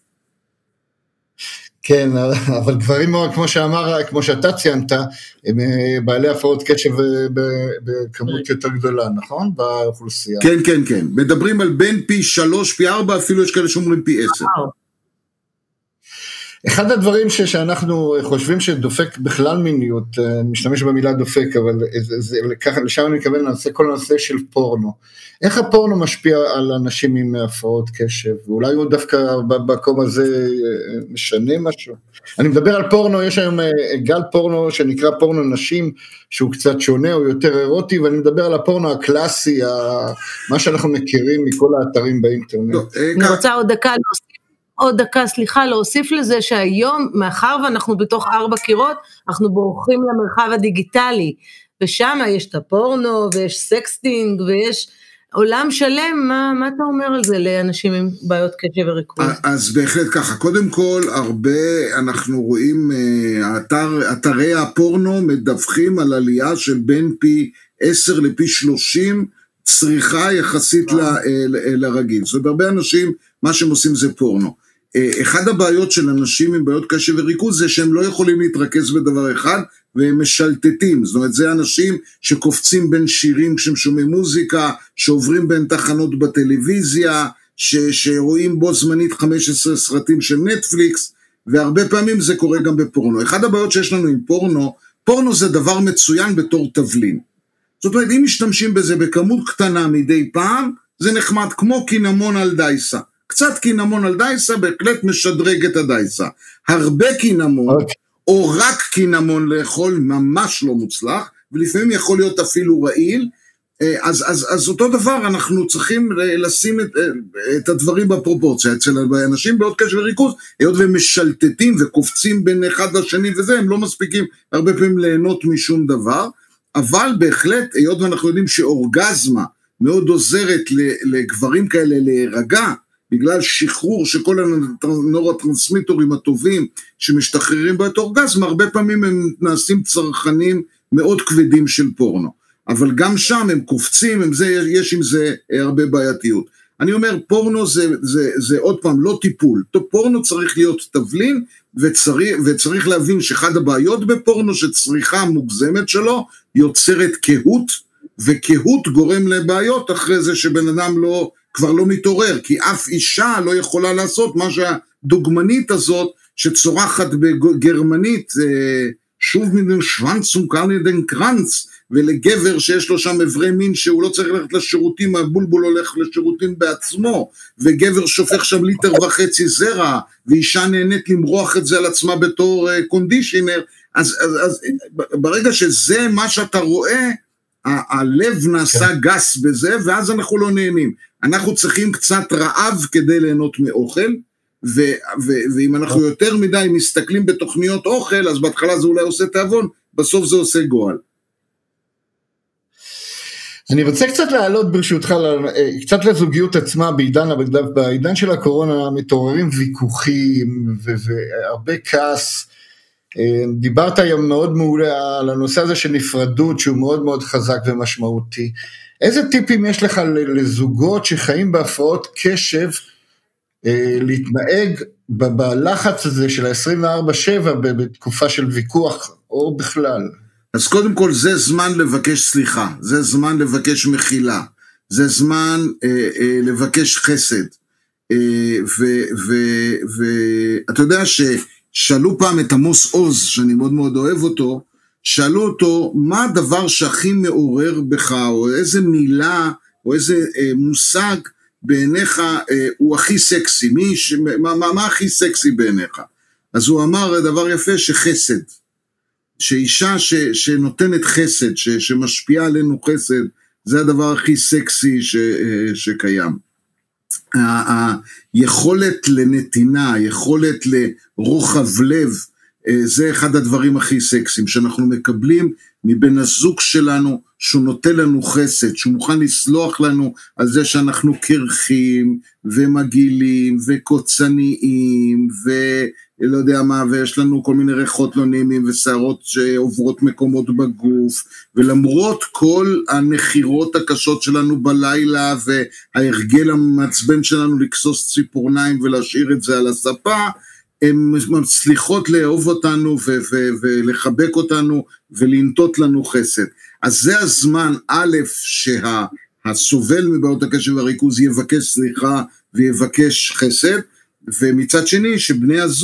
כן, אבל גברים, כמו שאמר, כמו שאתה ציינת, הם בעלי הפרעות קשב בכמות יותר גדולה, נכון? באוכלוסייה. כן, כן, כן. מדברים על בין פי שלוש, פי ארבע, אפילו יש כאלה שאומרים פי עשר. אחד הדברים ש, שאנחנו חושבים שדופק בכלל מיניות, משתמש במילה דופק, אבל זה, זה, לכך, לשם אני מתכוון לנושא, כל הנושא של פורנו. איך הפורנו משפיע על אנשים עם הפרעות קשב? ואולי הוא דווקא במקום הזה משנה משהו? אני מדבר על פורנו, יש היום גל פורנו שנקרא פורנו נשים, שהוא קצת שונה, הוא יותר אירוטי, ואני מדבר על הפורנו הקלאסי, מה שאנחנו מכירים מכל האתרים באינטרנט. אני רוצה עוד דקה להוסיף. עוד דקה, סליחה, להוסיף לזה שהיום, מאחר ואנחנו בתוך ארבע קירות, אנחנו בורחים למרחב הדיגיטלי, ושם יש את הפורנו, ויש סקסטינג, ויש עולם שלם. מה, מה אתה אומר על זה לאנשים עם בעיות קשב וריכוז? אז בהחלט ככה, קודם כל, הרבה אנחנו רואים, אתר, אתרי הפורנו מדווחים על עלייה של בין פי עשר לפי שלושים, צריכה יחסית ל, ל, לרגיל. זאת אומרת, הרבה אנשים, מה שהם עושים זה פורנו. אחד הבעיות של אנשים עם בעיות קשב וריכוז זה שהם לא יכולים להתרכז בדבר אחד, והם משלטטים. זאת אומרת, זה אנשים שקופצים בין שירים כשהם שומעים מוזיקה, שעוברים בין תחנות בטלוויזיה, ש, שרואים בו זמנית חמישה עשר סרטים של נטפליקס, והרבה פעמים זה קורה גם בפורנו. אחד הבעיות שיש לנו עם פורנו, פורנו זה דבר מצוין בתור תבלין. זאת אומרת, אם משתמשים בזה בכמות קטנה מדי פעם, זה נחמד כמו קינמון על דייסה. קצת קינמון על דייסה, בהחלט משדרג את הדייסה. הרבה קינמון, okay. או רק קינמון לאכול, ממש לא מוצלח, ולפעמים יכול להיות אפילו רעיל, אז, אז, אז אותו דבר, אנחנו צריכים לשים את, את הדברים בפרופורציה. אצל אנשים בעוד קשב וריכוז, היות והם משלטטים וקופצים בין אחד לשני וזה, הם לא מספיקים הרבה פעמים ליהנות משום דבר, אבל בהחלט, היות ואנחנו יודעים שאורגזמה מאוד עוזרת לגברים כאלה להירגע, בגלל שחרור שכל הנורוטרנסמיטורים הטובים שמשתחררים בעת אורגזמה, הרבה פעמים הם נעשים צרכנים מאוד כבדים של פורנו. אבל גם שם הם קופצים, הם זה, יש עם זה הרבה בעייתיות. אני אומר, פורנו זה, זה, זה עוד פעם לא טיפול. פורנו צריך להיות תבלין, וצריך, וצריך להבין שאחד הבעיות בפורנו שצריכה מוגזמת שלו, יוצרת קהות, וקהות גורם לבעיות אחרי זה שבן אדם לא, כבר לא מתעורר, כי אף אישה לא יכולה לעשות מה שהדוגמנית הזאת, שצורחת בגרמנית, שוב מן שוונצום קרנידן קרנץ, ולגבר שיש לו שם עברי מין שהוא לא צריך ללכת לשירותים, הבולבול הולך לשירותים בעצמו, וגבר שופך שם ליטר וחצי זרע, ואישה נהנית למרוח את זה על עצמה בתור קונדישיונר, אז, אז, אז ברגע שזה מה שאתה רואה, ה- הלב נעשה כן. גס בזה, ואז אנחנו לא נהנים. אנחנו צריכים קצת רעב כדי ליהנות מאוכל, ו- ו- ואם אנחנו יותר מדי מסתכלים בתוכניות אוכל, אז בהתחלה זה אולי עושה תאבון, בסוף זה עושה גועל. אני רוצה קצת להעלות ברשותך, קצת לזוגיות עצמה, בעידן, בעידן של הקורונה מתעוררים ויכוחים והרבה כעס. דיברת היום מאוד מעולה על הנושא הזה של נפרדות, שהוא מאוד מאוד חזק ומשמעותי. איזה טיפים יש לך לזוגות שחיים בהפרעות קשב, להתנהג בלחץ הזה של ה-עשרים וארבע שבע בתקופה של ויכוח או בכלל? אז קודם כל זה זמן לבקש סליחה, זה זמן לבקש מחילה, זה זמן אה, אה, לבקש חסד, אה, ואתה יודע ששאלו פעם את עמוס עוז, שאני מאוד מאוד אוהב אותו, שאלו אותו מה הדבר שהכי מעורר בך, או איזה מילה, או איזה אה, מושג בעיניך אה, הוא הכי סקסי, מי, ש, מה, מה, מה הכי סקסי בעיניך? אז הוא אמר דבר יפה שחסד, שאישה ש, שנותנת חסד, ש, שמשפיעה עלינו חסד, זה הדבר הכי סקסי ש, שקיים. היכולת לנתינה, היכולת לרוחב לב, זה אחד הדברים הכי סקסיים, שאנחנו מקבלים מבן הזוג שלנו, שהוא נותן לנו חסד, שהוא מוכן לסלוח לנו על זה שאנחנו קרחים, ומגילים, וקוצניים, ולא יודע מה, ויש לנו כל מיני ריחות לא נעימים, ושערות שעוברות מקומות בגוף, ולמרות כל הנחירות הקשות שלנו בלילה, וההרגל המצבן שלנו לקסוס ציפורניים, ולהשאיר את זה על הספה, הן מצליחות לאהוב אותנו ו- ו- ולחבק אותנו ולנטות לנו חסד. אז זה הזמן א' שהסובל מבעיות הקשב והריכוז יבקש סליחה ויבקש חסד, ומצד שני שבני הזוג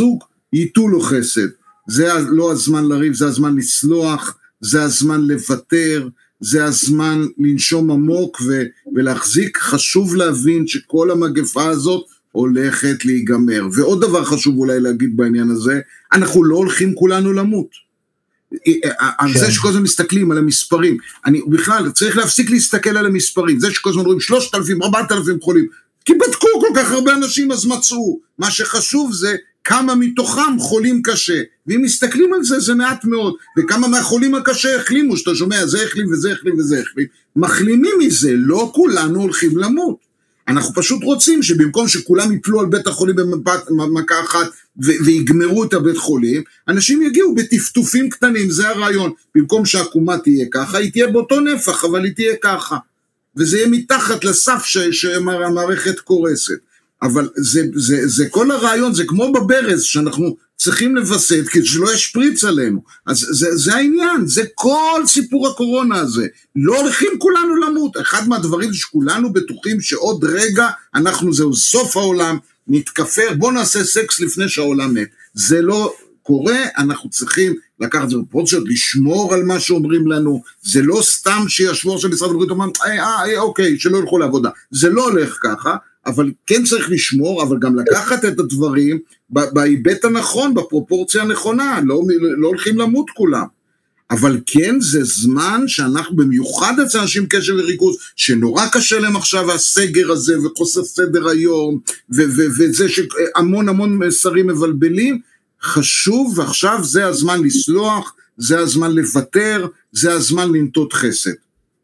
ייתו לו חסד. זה לא הזמן לריב, זה הזמן לסלוח, זה הזמן לוותר, זה הזמן לנשום עמוק ו- ולהחזיק. חשוב להבין שכל המגפה הזאת הולכת להיגמר. ועוד דבר חשוב אולי להגיד בעניין הזה, אנחנו לא הולכים כולנו למות. על זה שכל הזמן מסתכלים על המספרים, אני בכלל צריך להפסיק להסתכל על המספרים, זה שכל הזמן רואים שלושת אלפים, ארבעת אלפים חולים, כי בדקו כל כך הרבה אנשים אז מצאו, מה שחשוב זה כמה מתוכם חולים קשה, ואם מסתכלים על זה זה מעט מאוד, וכמה מהחולים הקשה החלימו, שאתה שומע זה החלים וזה החלים וזה החלים, מחלימים מזה, לא כולנו הולכים למות. אנחנו פשוט רוצים שבמקום שכולם יפלו על בית החולים במכה אחת ויגמרו את הבית חולים, אנשים יגיעו בטפטופים קטנים, זה הרעיון. במקום שהעקומה תהיה ככה, היא תהיה באותו נפח, אבל היא תהיה ככה. וזה יהיה מתחת לסף שהמערכת קורסת. אבל זה, זה, זה כל הרעיון, זה כמו בברז שאנחנו צריכים לבסט כדי שלא ישפריץ עלינו. אז זה, זה העניין, זה כל סיפור הקורונה הזה. לא הולכים כולנו למות. אחד מהדברים שכולנו בטוחים שעוד רגע אנחנו, זהו סוף העולם, נתכפר, בוא נעשה סקס לפני שהעולם מת. זה לא קורה, אנחנו צריכים לקחת את זה בפרוציות, לשמור על מה שאומרים לנו, זה לא סתם שישבור של משרד הבריאות, אומרים, אה, אה, אוקיי, שלא ילכו לעבודה. זה לא הולך ככה, אבל כן צריך לשמור, אבל גם לקחת את הדברים בהיבט הנכון, בפרופורציה הנכונה, לא, לא הולכים למות כולם. אבל כן זה זמן שאנחנו במיוחד אצל אנשים קשב וריכוז, שנורא קשה להם עכשיו הסגר הזה, וחוסר סדר היום, ו- ו- וזה שהמון המון מסרים מבלבלים, חשוב, ועכשיו זה הזמן לסלוח, זה הזמן לוותר, זה הזמן לנטות חסד.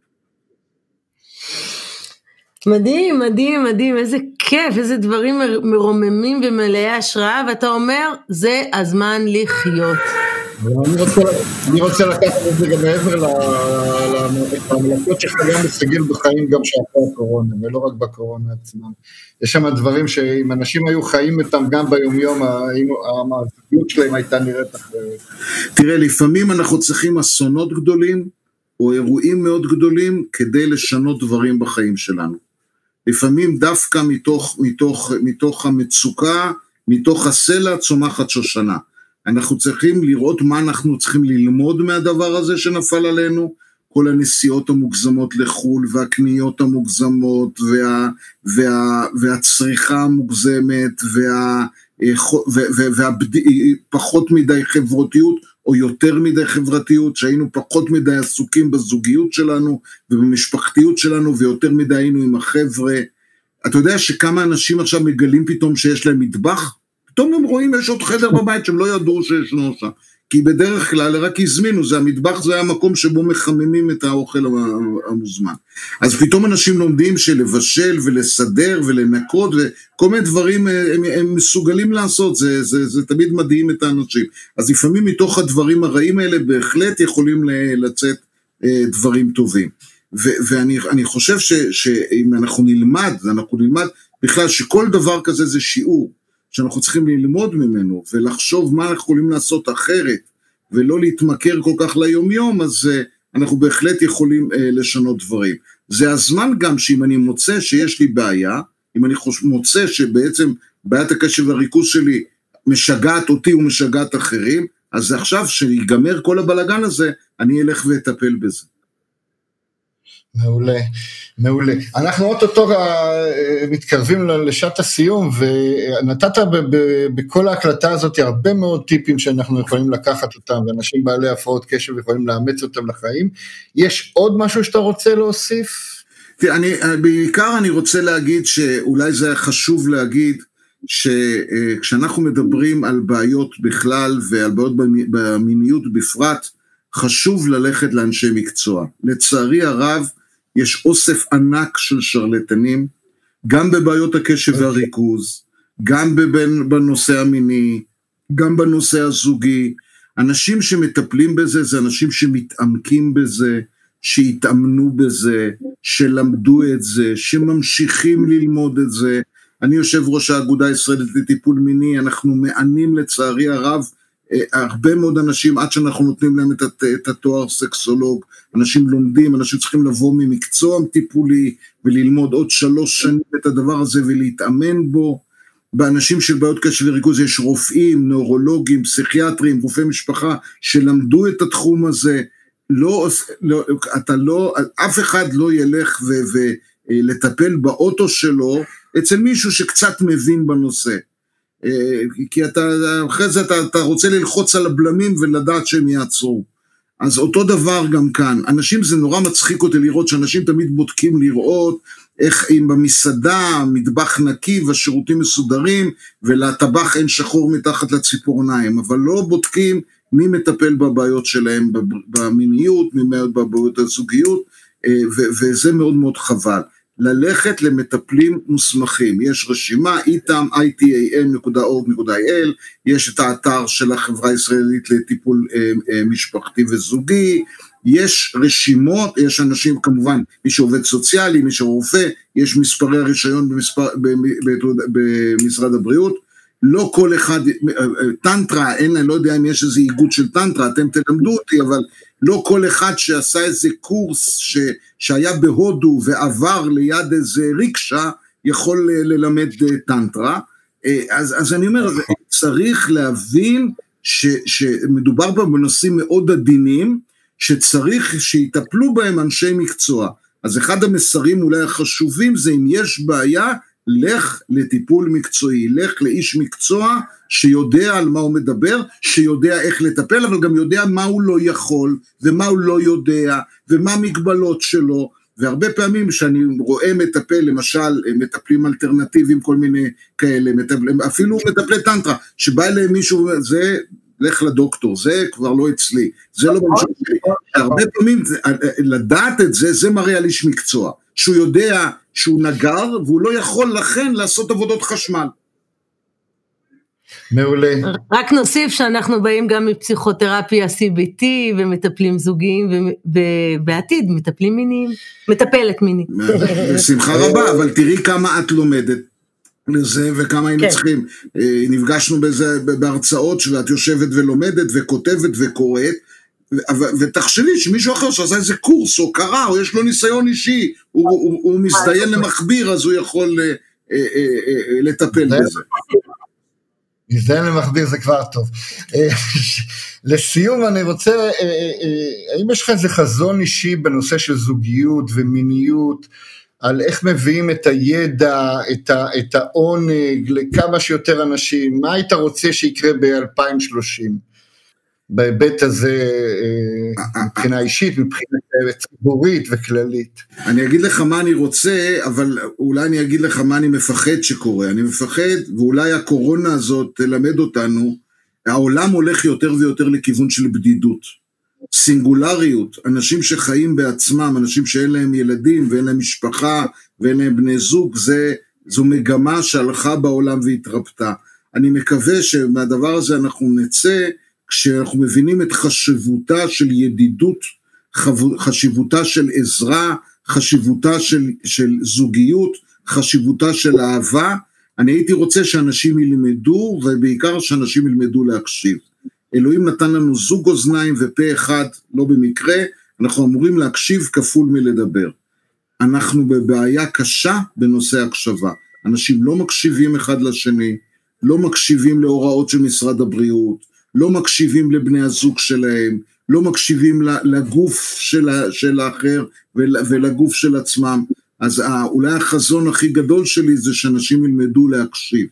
מדהים, מדהים, מדהים, איזה כיף, איזה דברים מרוממים ומלאי השראה, ואתה אומר, זה הזמן לחיות. אני רוצה, אני רוצה לקחת את זה גם מעבר למלאכות שחיים מסגל בחיים גם שאחרי הקורונה, ולא רק בקורונה עצמם. יש שם דברים שאם אנשים היו חיים איתם גם ביומיום, המערכתיות שלהם הייתה נראית אחרת. תראה, לפעמים אנחנו צריכים אסונות גדולים, או אירועים מאוד גדולים, כדי לשנות דברים בחיים שלנו. לפעמים דווקא מתוך, מתוך, מתוך המצוקה, מתוך הסלע צומחת שושנה. אנחנו צריכים לראות מה אנחנו צריכים ללמוד מהדבר הזה שנפל עלינו, כל הנסיעות המוגזמות לחול, והקניות המוגזמות, וה, וה, והצריכה המוגזמת, וה, והפחות מדי חברתיות, או יותר מדי חברתיות, שהיינו פחות מדי עסוקים בזוגיות שלנו, ובמשפחתיות שלנו, ויותר מדי היינו עם החבר'ה. אתה יודע שכמה אנשים עכשיו מגלים פתאום שיש להם מטבח? פתאום הם רואים יש עוד חדר בבית שהם לא ידעו שישנו שם, כי בדרך כלל רק הזמינו, זה המטבח זה היה המקום שבו מחממים את האוכל המוזמן. אז פתאום אנשים לומדים שלבשל ולסדר ולנקות, וכל מיני דברים הם, הם מסוגלים לעשות, זה, זה, זה תמיד מדהים את האנשים. אז לפעמים מתוך הדברים הרעים האלה בהחלט יכולים לצאת דברים טובים. ו, ואני אני חושב ש, שאם אנחנו נלמד, אנחנו נלמד בכלל שכל דבר כזה זה שיעור, שאנחנו צריכים ללמוד ממנו, ולחשוב מה אנחנו יכולים לעשות אחרת, ולא להתמכר כל כך ליום יום, אז uh, אנחנו בהחלט יכולים uh, לשנות דברים. זה הזמן גם שאם אני מוצא שיש לי בעיה, אם אני חוש... מוצא שבעצם בעיית הקשב והריכוז שלי משגעת אותי ומשגעת אחרים, אז עכשיו שיגמר כל הבלגן הזה, אני אלך ואטפל בזה. מעולה, מעולה. אנחנו אוטוטו מתקרבים לשעת הסיום, ונתת בכל ההקלטה הזאת הרבה מאוד טיפים שאנחנו יכולים לקחת אותם, ואנשים בעלי הפרעות קשב יכולים לאמץ אותם לחיים. יש עוד משהו שאתה רוצה להוסיף? תראה, אני, בעיקר אני רוצה להגיד שאולי זה חשוב להגיד, שכשאנחנו מדברים על בעיות בכלל, ועל בעיות במיניות בפרט, חשוב ללכת לאנשי מקצוע. לצערי הרב, יש אוסף ענק של שרלטנים, גם בבעיות הקשב והריכוז, גם בנושא המיני, גם בנושא הזוגי. אנשים שמטפלים בזה, זה אנשים שמתעמקים בזה, שהתאמנו בזה, שלמדו את זה, שממשיכים ללמוד את זה. אני יושב ראש האגודה הישראלית לטיפול מיני, אנחנו מענים לצערי הרב, הרבה מאוד אנשים, עד שאנחנו נותנים להם את, את התואר סקסולוג, אנשים לומדים, אנשים צריכים לבוא ממקצוע טיפולי, וללמוד עוד שלוש שנים את הדבר הזה, ולהתאמן בו, באנשים של בעיות קשב וריכוז יש רופאים, נוירולוגים, פסיכיאטרים, רופאי משפחה שלמדו את התחום הזה. לא, לא, אתה לא, אף אחד לא ילך ו, ולטפל באוטו שלו אצל מישהו שקצת מבין בנושא. כי אתה, אחרי זה אתה, אתה רוצה ללחוץ על הבלמים ולדעת שהם יעצרו. אז אותו דבר גם כאן. אנשים, זה נורא מצחיק אותי לראות שאנשים תמיד בודקים לראות איך אם במסעדה, מטבח נקי והשירותים מסודרים, ולטבח אין שחור מתחת לציפורניים, אבל לא בודקים מי מטפל בבעיות שלהם, במיניות, מי בבעיות הזוגיות, וזה מאוד מאוד חבל. ללכת למטפלים מוסמכים, יש רשימה, איתם, איי טי איי אם נקודה אורג נקודה איי אל, יש את האתר של החברה הישראלית לטיפול משפחתי וזוגי, יש רשימות, יש אנשים כמובן, מי שעובד סוציאלי, מי שרופא, יש מספרי הרישיון במספר, במשרד הבריאות, לא כל אחד, טנטרה, אין, אני לא יודע אם יש איזה איגוד של טנטרה, אתם תלמדו אותי, אבל לא כל אחד שעשה איזה קורס ש, שהיה בהודו ועבר ליד איזה ריקשה, יכול ללמד טנטרה. אז, אז אני אומר, צריך להבין ש, שמדובר בה בנושאים מאוד עדינים, שצריך שיטפלו בהם אנשי מקצוע. אז אחד המסרים אולי החשובים זה אם יש בעיה, לך לטיפול מקצועי, לך לאיש מקצוע שיודע על מה הוא מדבר, שיודע איך לטפל, אבל גם יודע מה הוא לא יכול, ומה הוא לא יודע, ומה המגבלות שלו, והרבה פעמים שאני רואה מטפל, למשל מטפלים אלטרנטיביים, כל מיני כאלה, מטפלים, אפילו מטפלי טנטרה, שבא אליהם מישהו, זה לך לדוקטור, זה כבר לא אצלי, זה לא במשהו שלי, הרבה פעמים לדעת את זה, זה מראה על איש מקצוע, שהוא יודע שהוא נגר, והוא לא יכול לכן לעשות עבודות חשמל. מעולה. רק נוסיף שאנחנו באים גם מפסיכותרפיה סי בי טי, ומטפלים זוגיים, ובעתיד מטפלים מיניים, מטפלת מינית. בשמחה רבה, אבל תראי כמה את לומדת לזה, וכמה היינו צריכים. נפגשנו בזה בהרצאות, שאת יושבת ולומדת, וכותבת וקוראת, ותחשבי שמישהו אחר שעשה איזה קורס או קרא או יש לו ניסיון אישי, הוא, הוא, הוא מזדיין למחביר, אז הוא יכול לטפל בזה. מזדיין למחביר זה כבר טוב. לסיום אני רוצה, האם יש לך איזה חזון אישי בנושא של זוגיות ומיניות, על איך מביאים את הידע, את, ה, את העונג לכמה שיותר אנשים, מה היית רוצה שיקרה ב-אלפיים ושלושים? בהיבט הזה, מבחינה אישית, מבחינה ציבורית וכללית. אני אגיד לך מה אני רוצה, אבל אולי אני אגיד לך מה אני מפחד שקורה. אני מפחד, ואולי הקורונה הזאת תלמד אותנו, העולם הולך יותר ויותר לכיוון של בדידות. סינגולריות, אנשים שחיים בעצמם, אנשים שאין להם ילדים ואין להם משפחה ואין להם בני זוג, זה, זו מגמה שהלכה בעולם והתרפתה. אני מקווה שמהדבר הזה אנחנו נצא, כשאנחנו מבינים את חשיבותה של ידידות, חשיבותה של עזרה, חשיבותה של, של זוגיות, חשיבותה של אהבה, אני הייתי רוצה שאנשים ילמדו, ובעיקר שאנשים ילמדו להקשיב. אלוהים נתן לנו זוג אוזניים ופה אחד, לא במקרה, אנחנו אמורים להקשיב כפול מלדבר. אנחנו בבעיה קשה בנושא הקשבה. אנשים לא מקשיבים אחד לשני, לא מקשיבים להוראות של משרד הבריאות, לא מקשיבים לבני הזוג שלהם, לא מקשיבים לגוף של, של האחר ולגוף של עצמם. אז אולי החזון הכי גדול שלי זה שאנשים ילמדו להקשיב.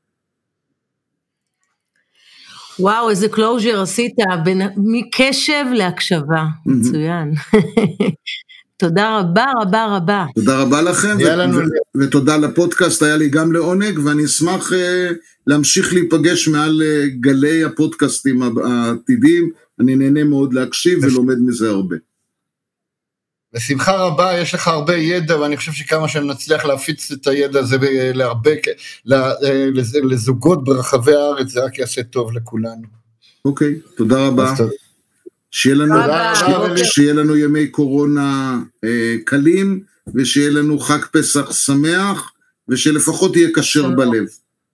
וואו, איזה קלוז'ר עשית, בין, מקשב להקשבה, מצוין. תודה רבה רבה רבה. תודה רבה לכם, ו- ו- ותודה לפודקאסט, היה לי גם לעונג, ואני אשמח uh, להמשיך להיפגש מעל uh, גלי הפודקאסטים העתידיים, אני נהנה מאוד להקשיב ולומד מזה הרבה. בשמחה רבה, יש לך הרבה ידע, ואני חושב שכמה שנצליח להפיץ את הידע הזה להרבה, לזוגות ברחבי הארץ, זה רק יעשה טוב לכולנו. אוקיי, תודה רבה. שיהיה לנו, שיהיה, שיהיה לנו ימי קורונה אה, קלים, ושיהיה לנו חג פסח שמח, ושלפחות יהיה כשר בלב.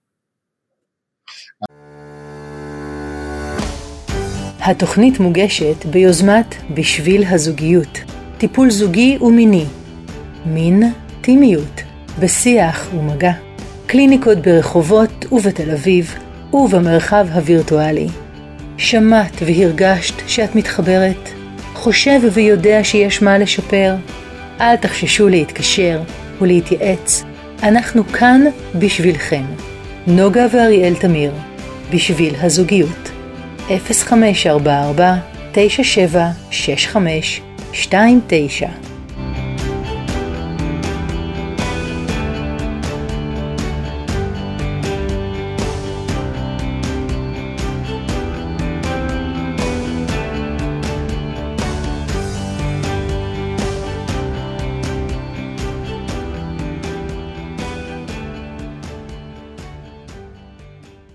התוכנית מוגשת ביוזמת בשביל הזוגיות, טיפול זוגי ומיני, מין, טימיות, בשיח ומגע. קליניקות ברחובות ובתל אביב ובמרחב הווירטואלי. שמעת והרגשת שאת מתחברת? חושב ויודע שיש מה לשפר? אל תחששו להתקשר ולהתייעץ. אנחנו כאן בשבילכם. נוגה ואריאל תמיר, בשביל הזוגיות. אפס חמש ארבע ארבע תשע שבע שש חמש שתיים תשע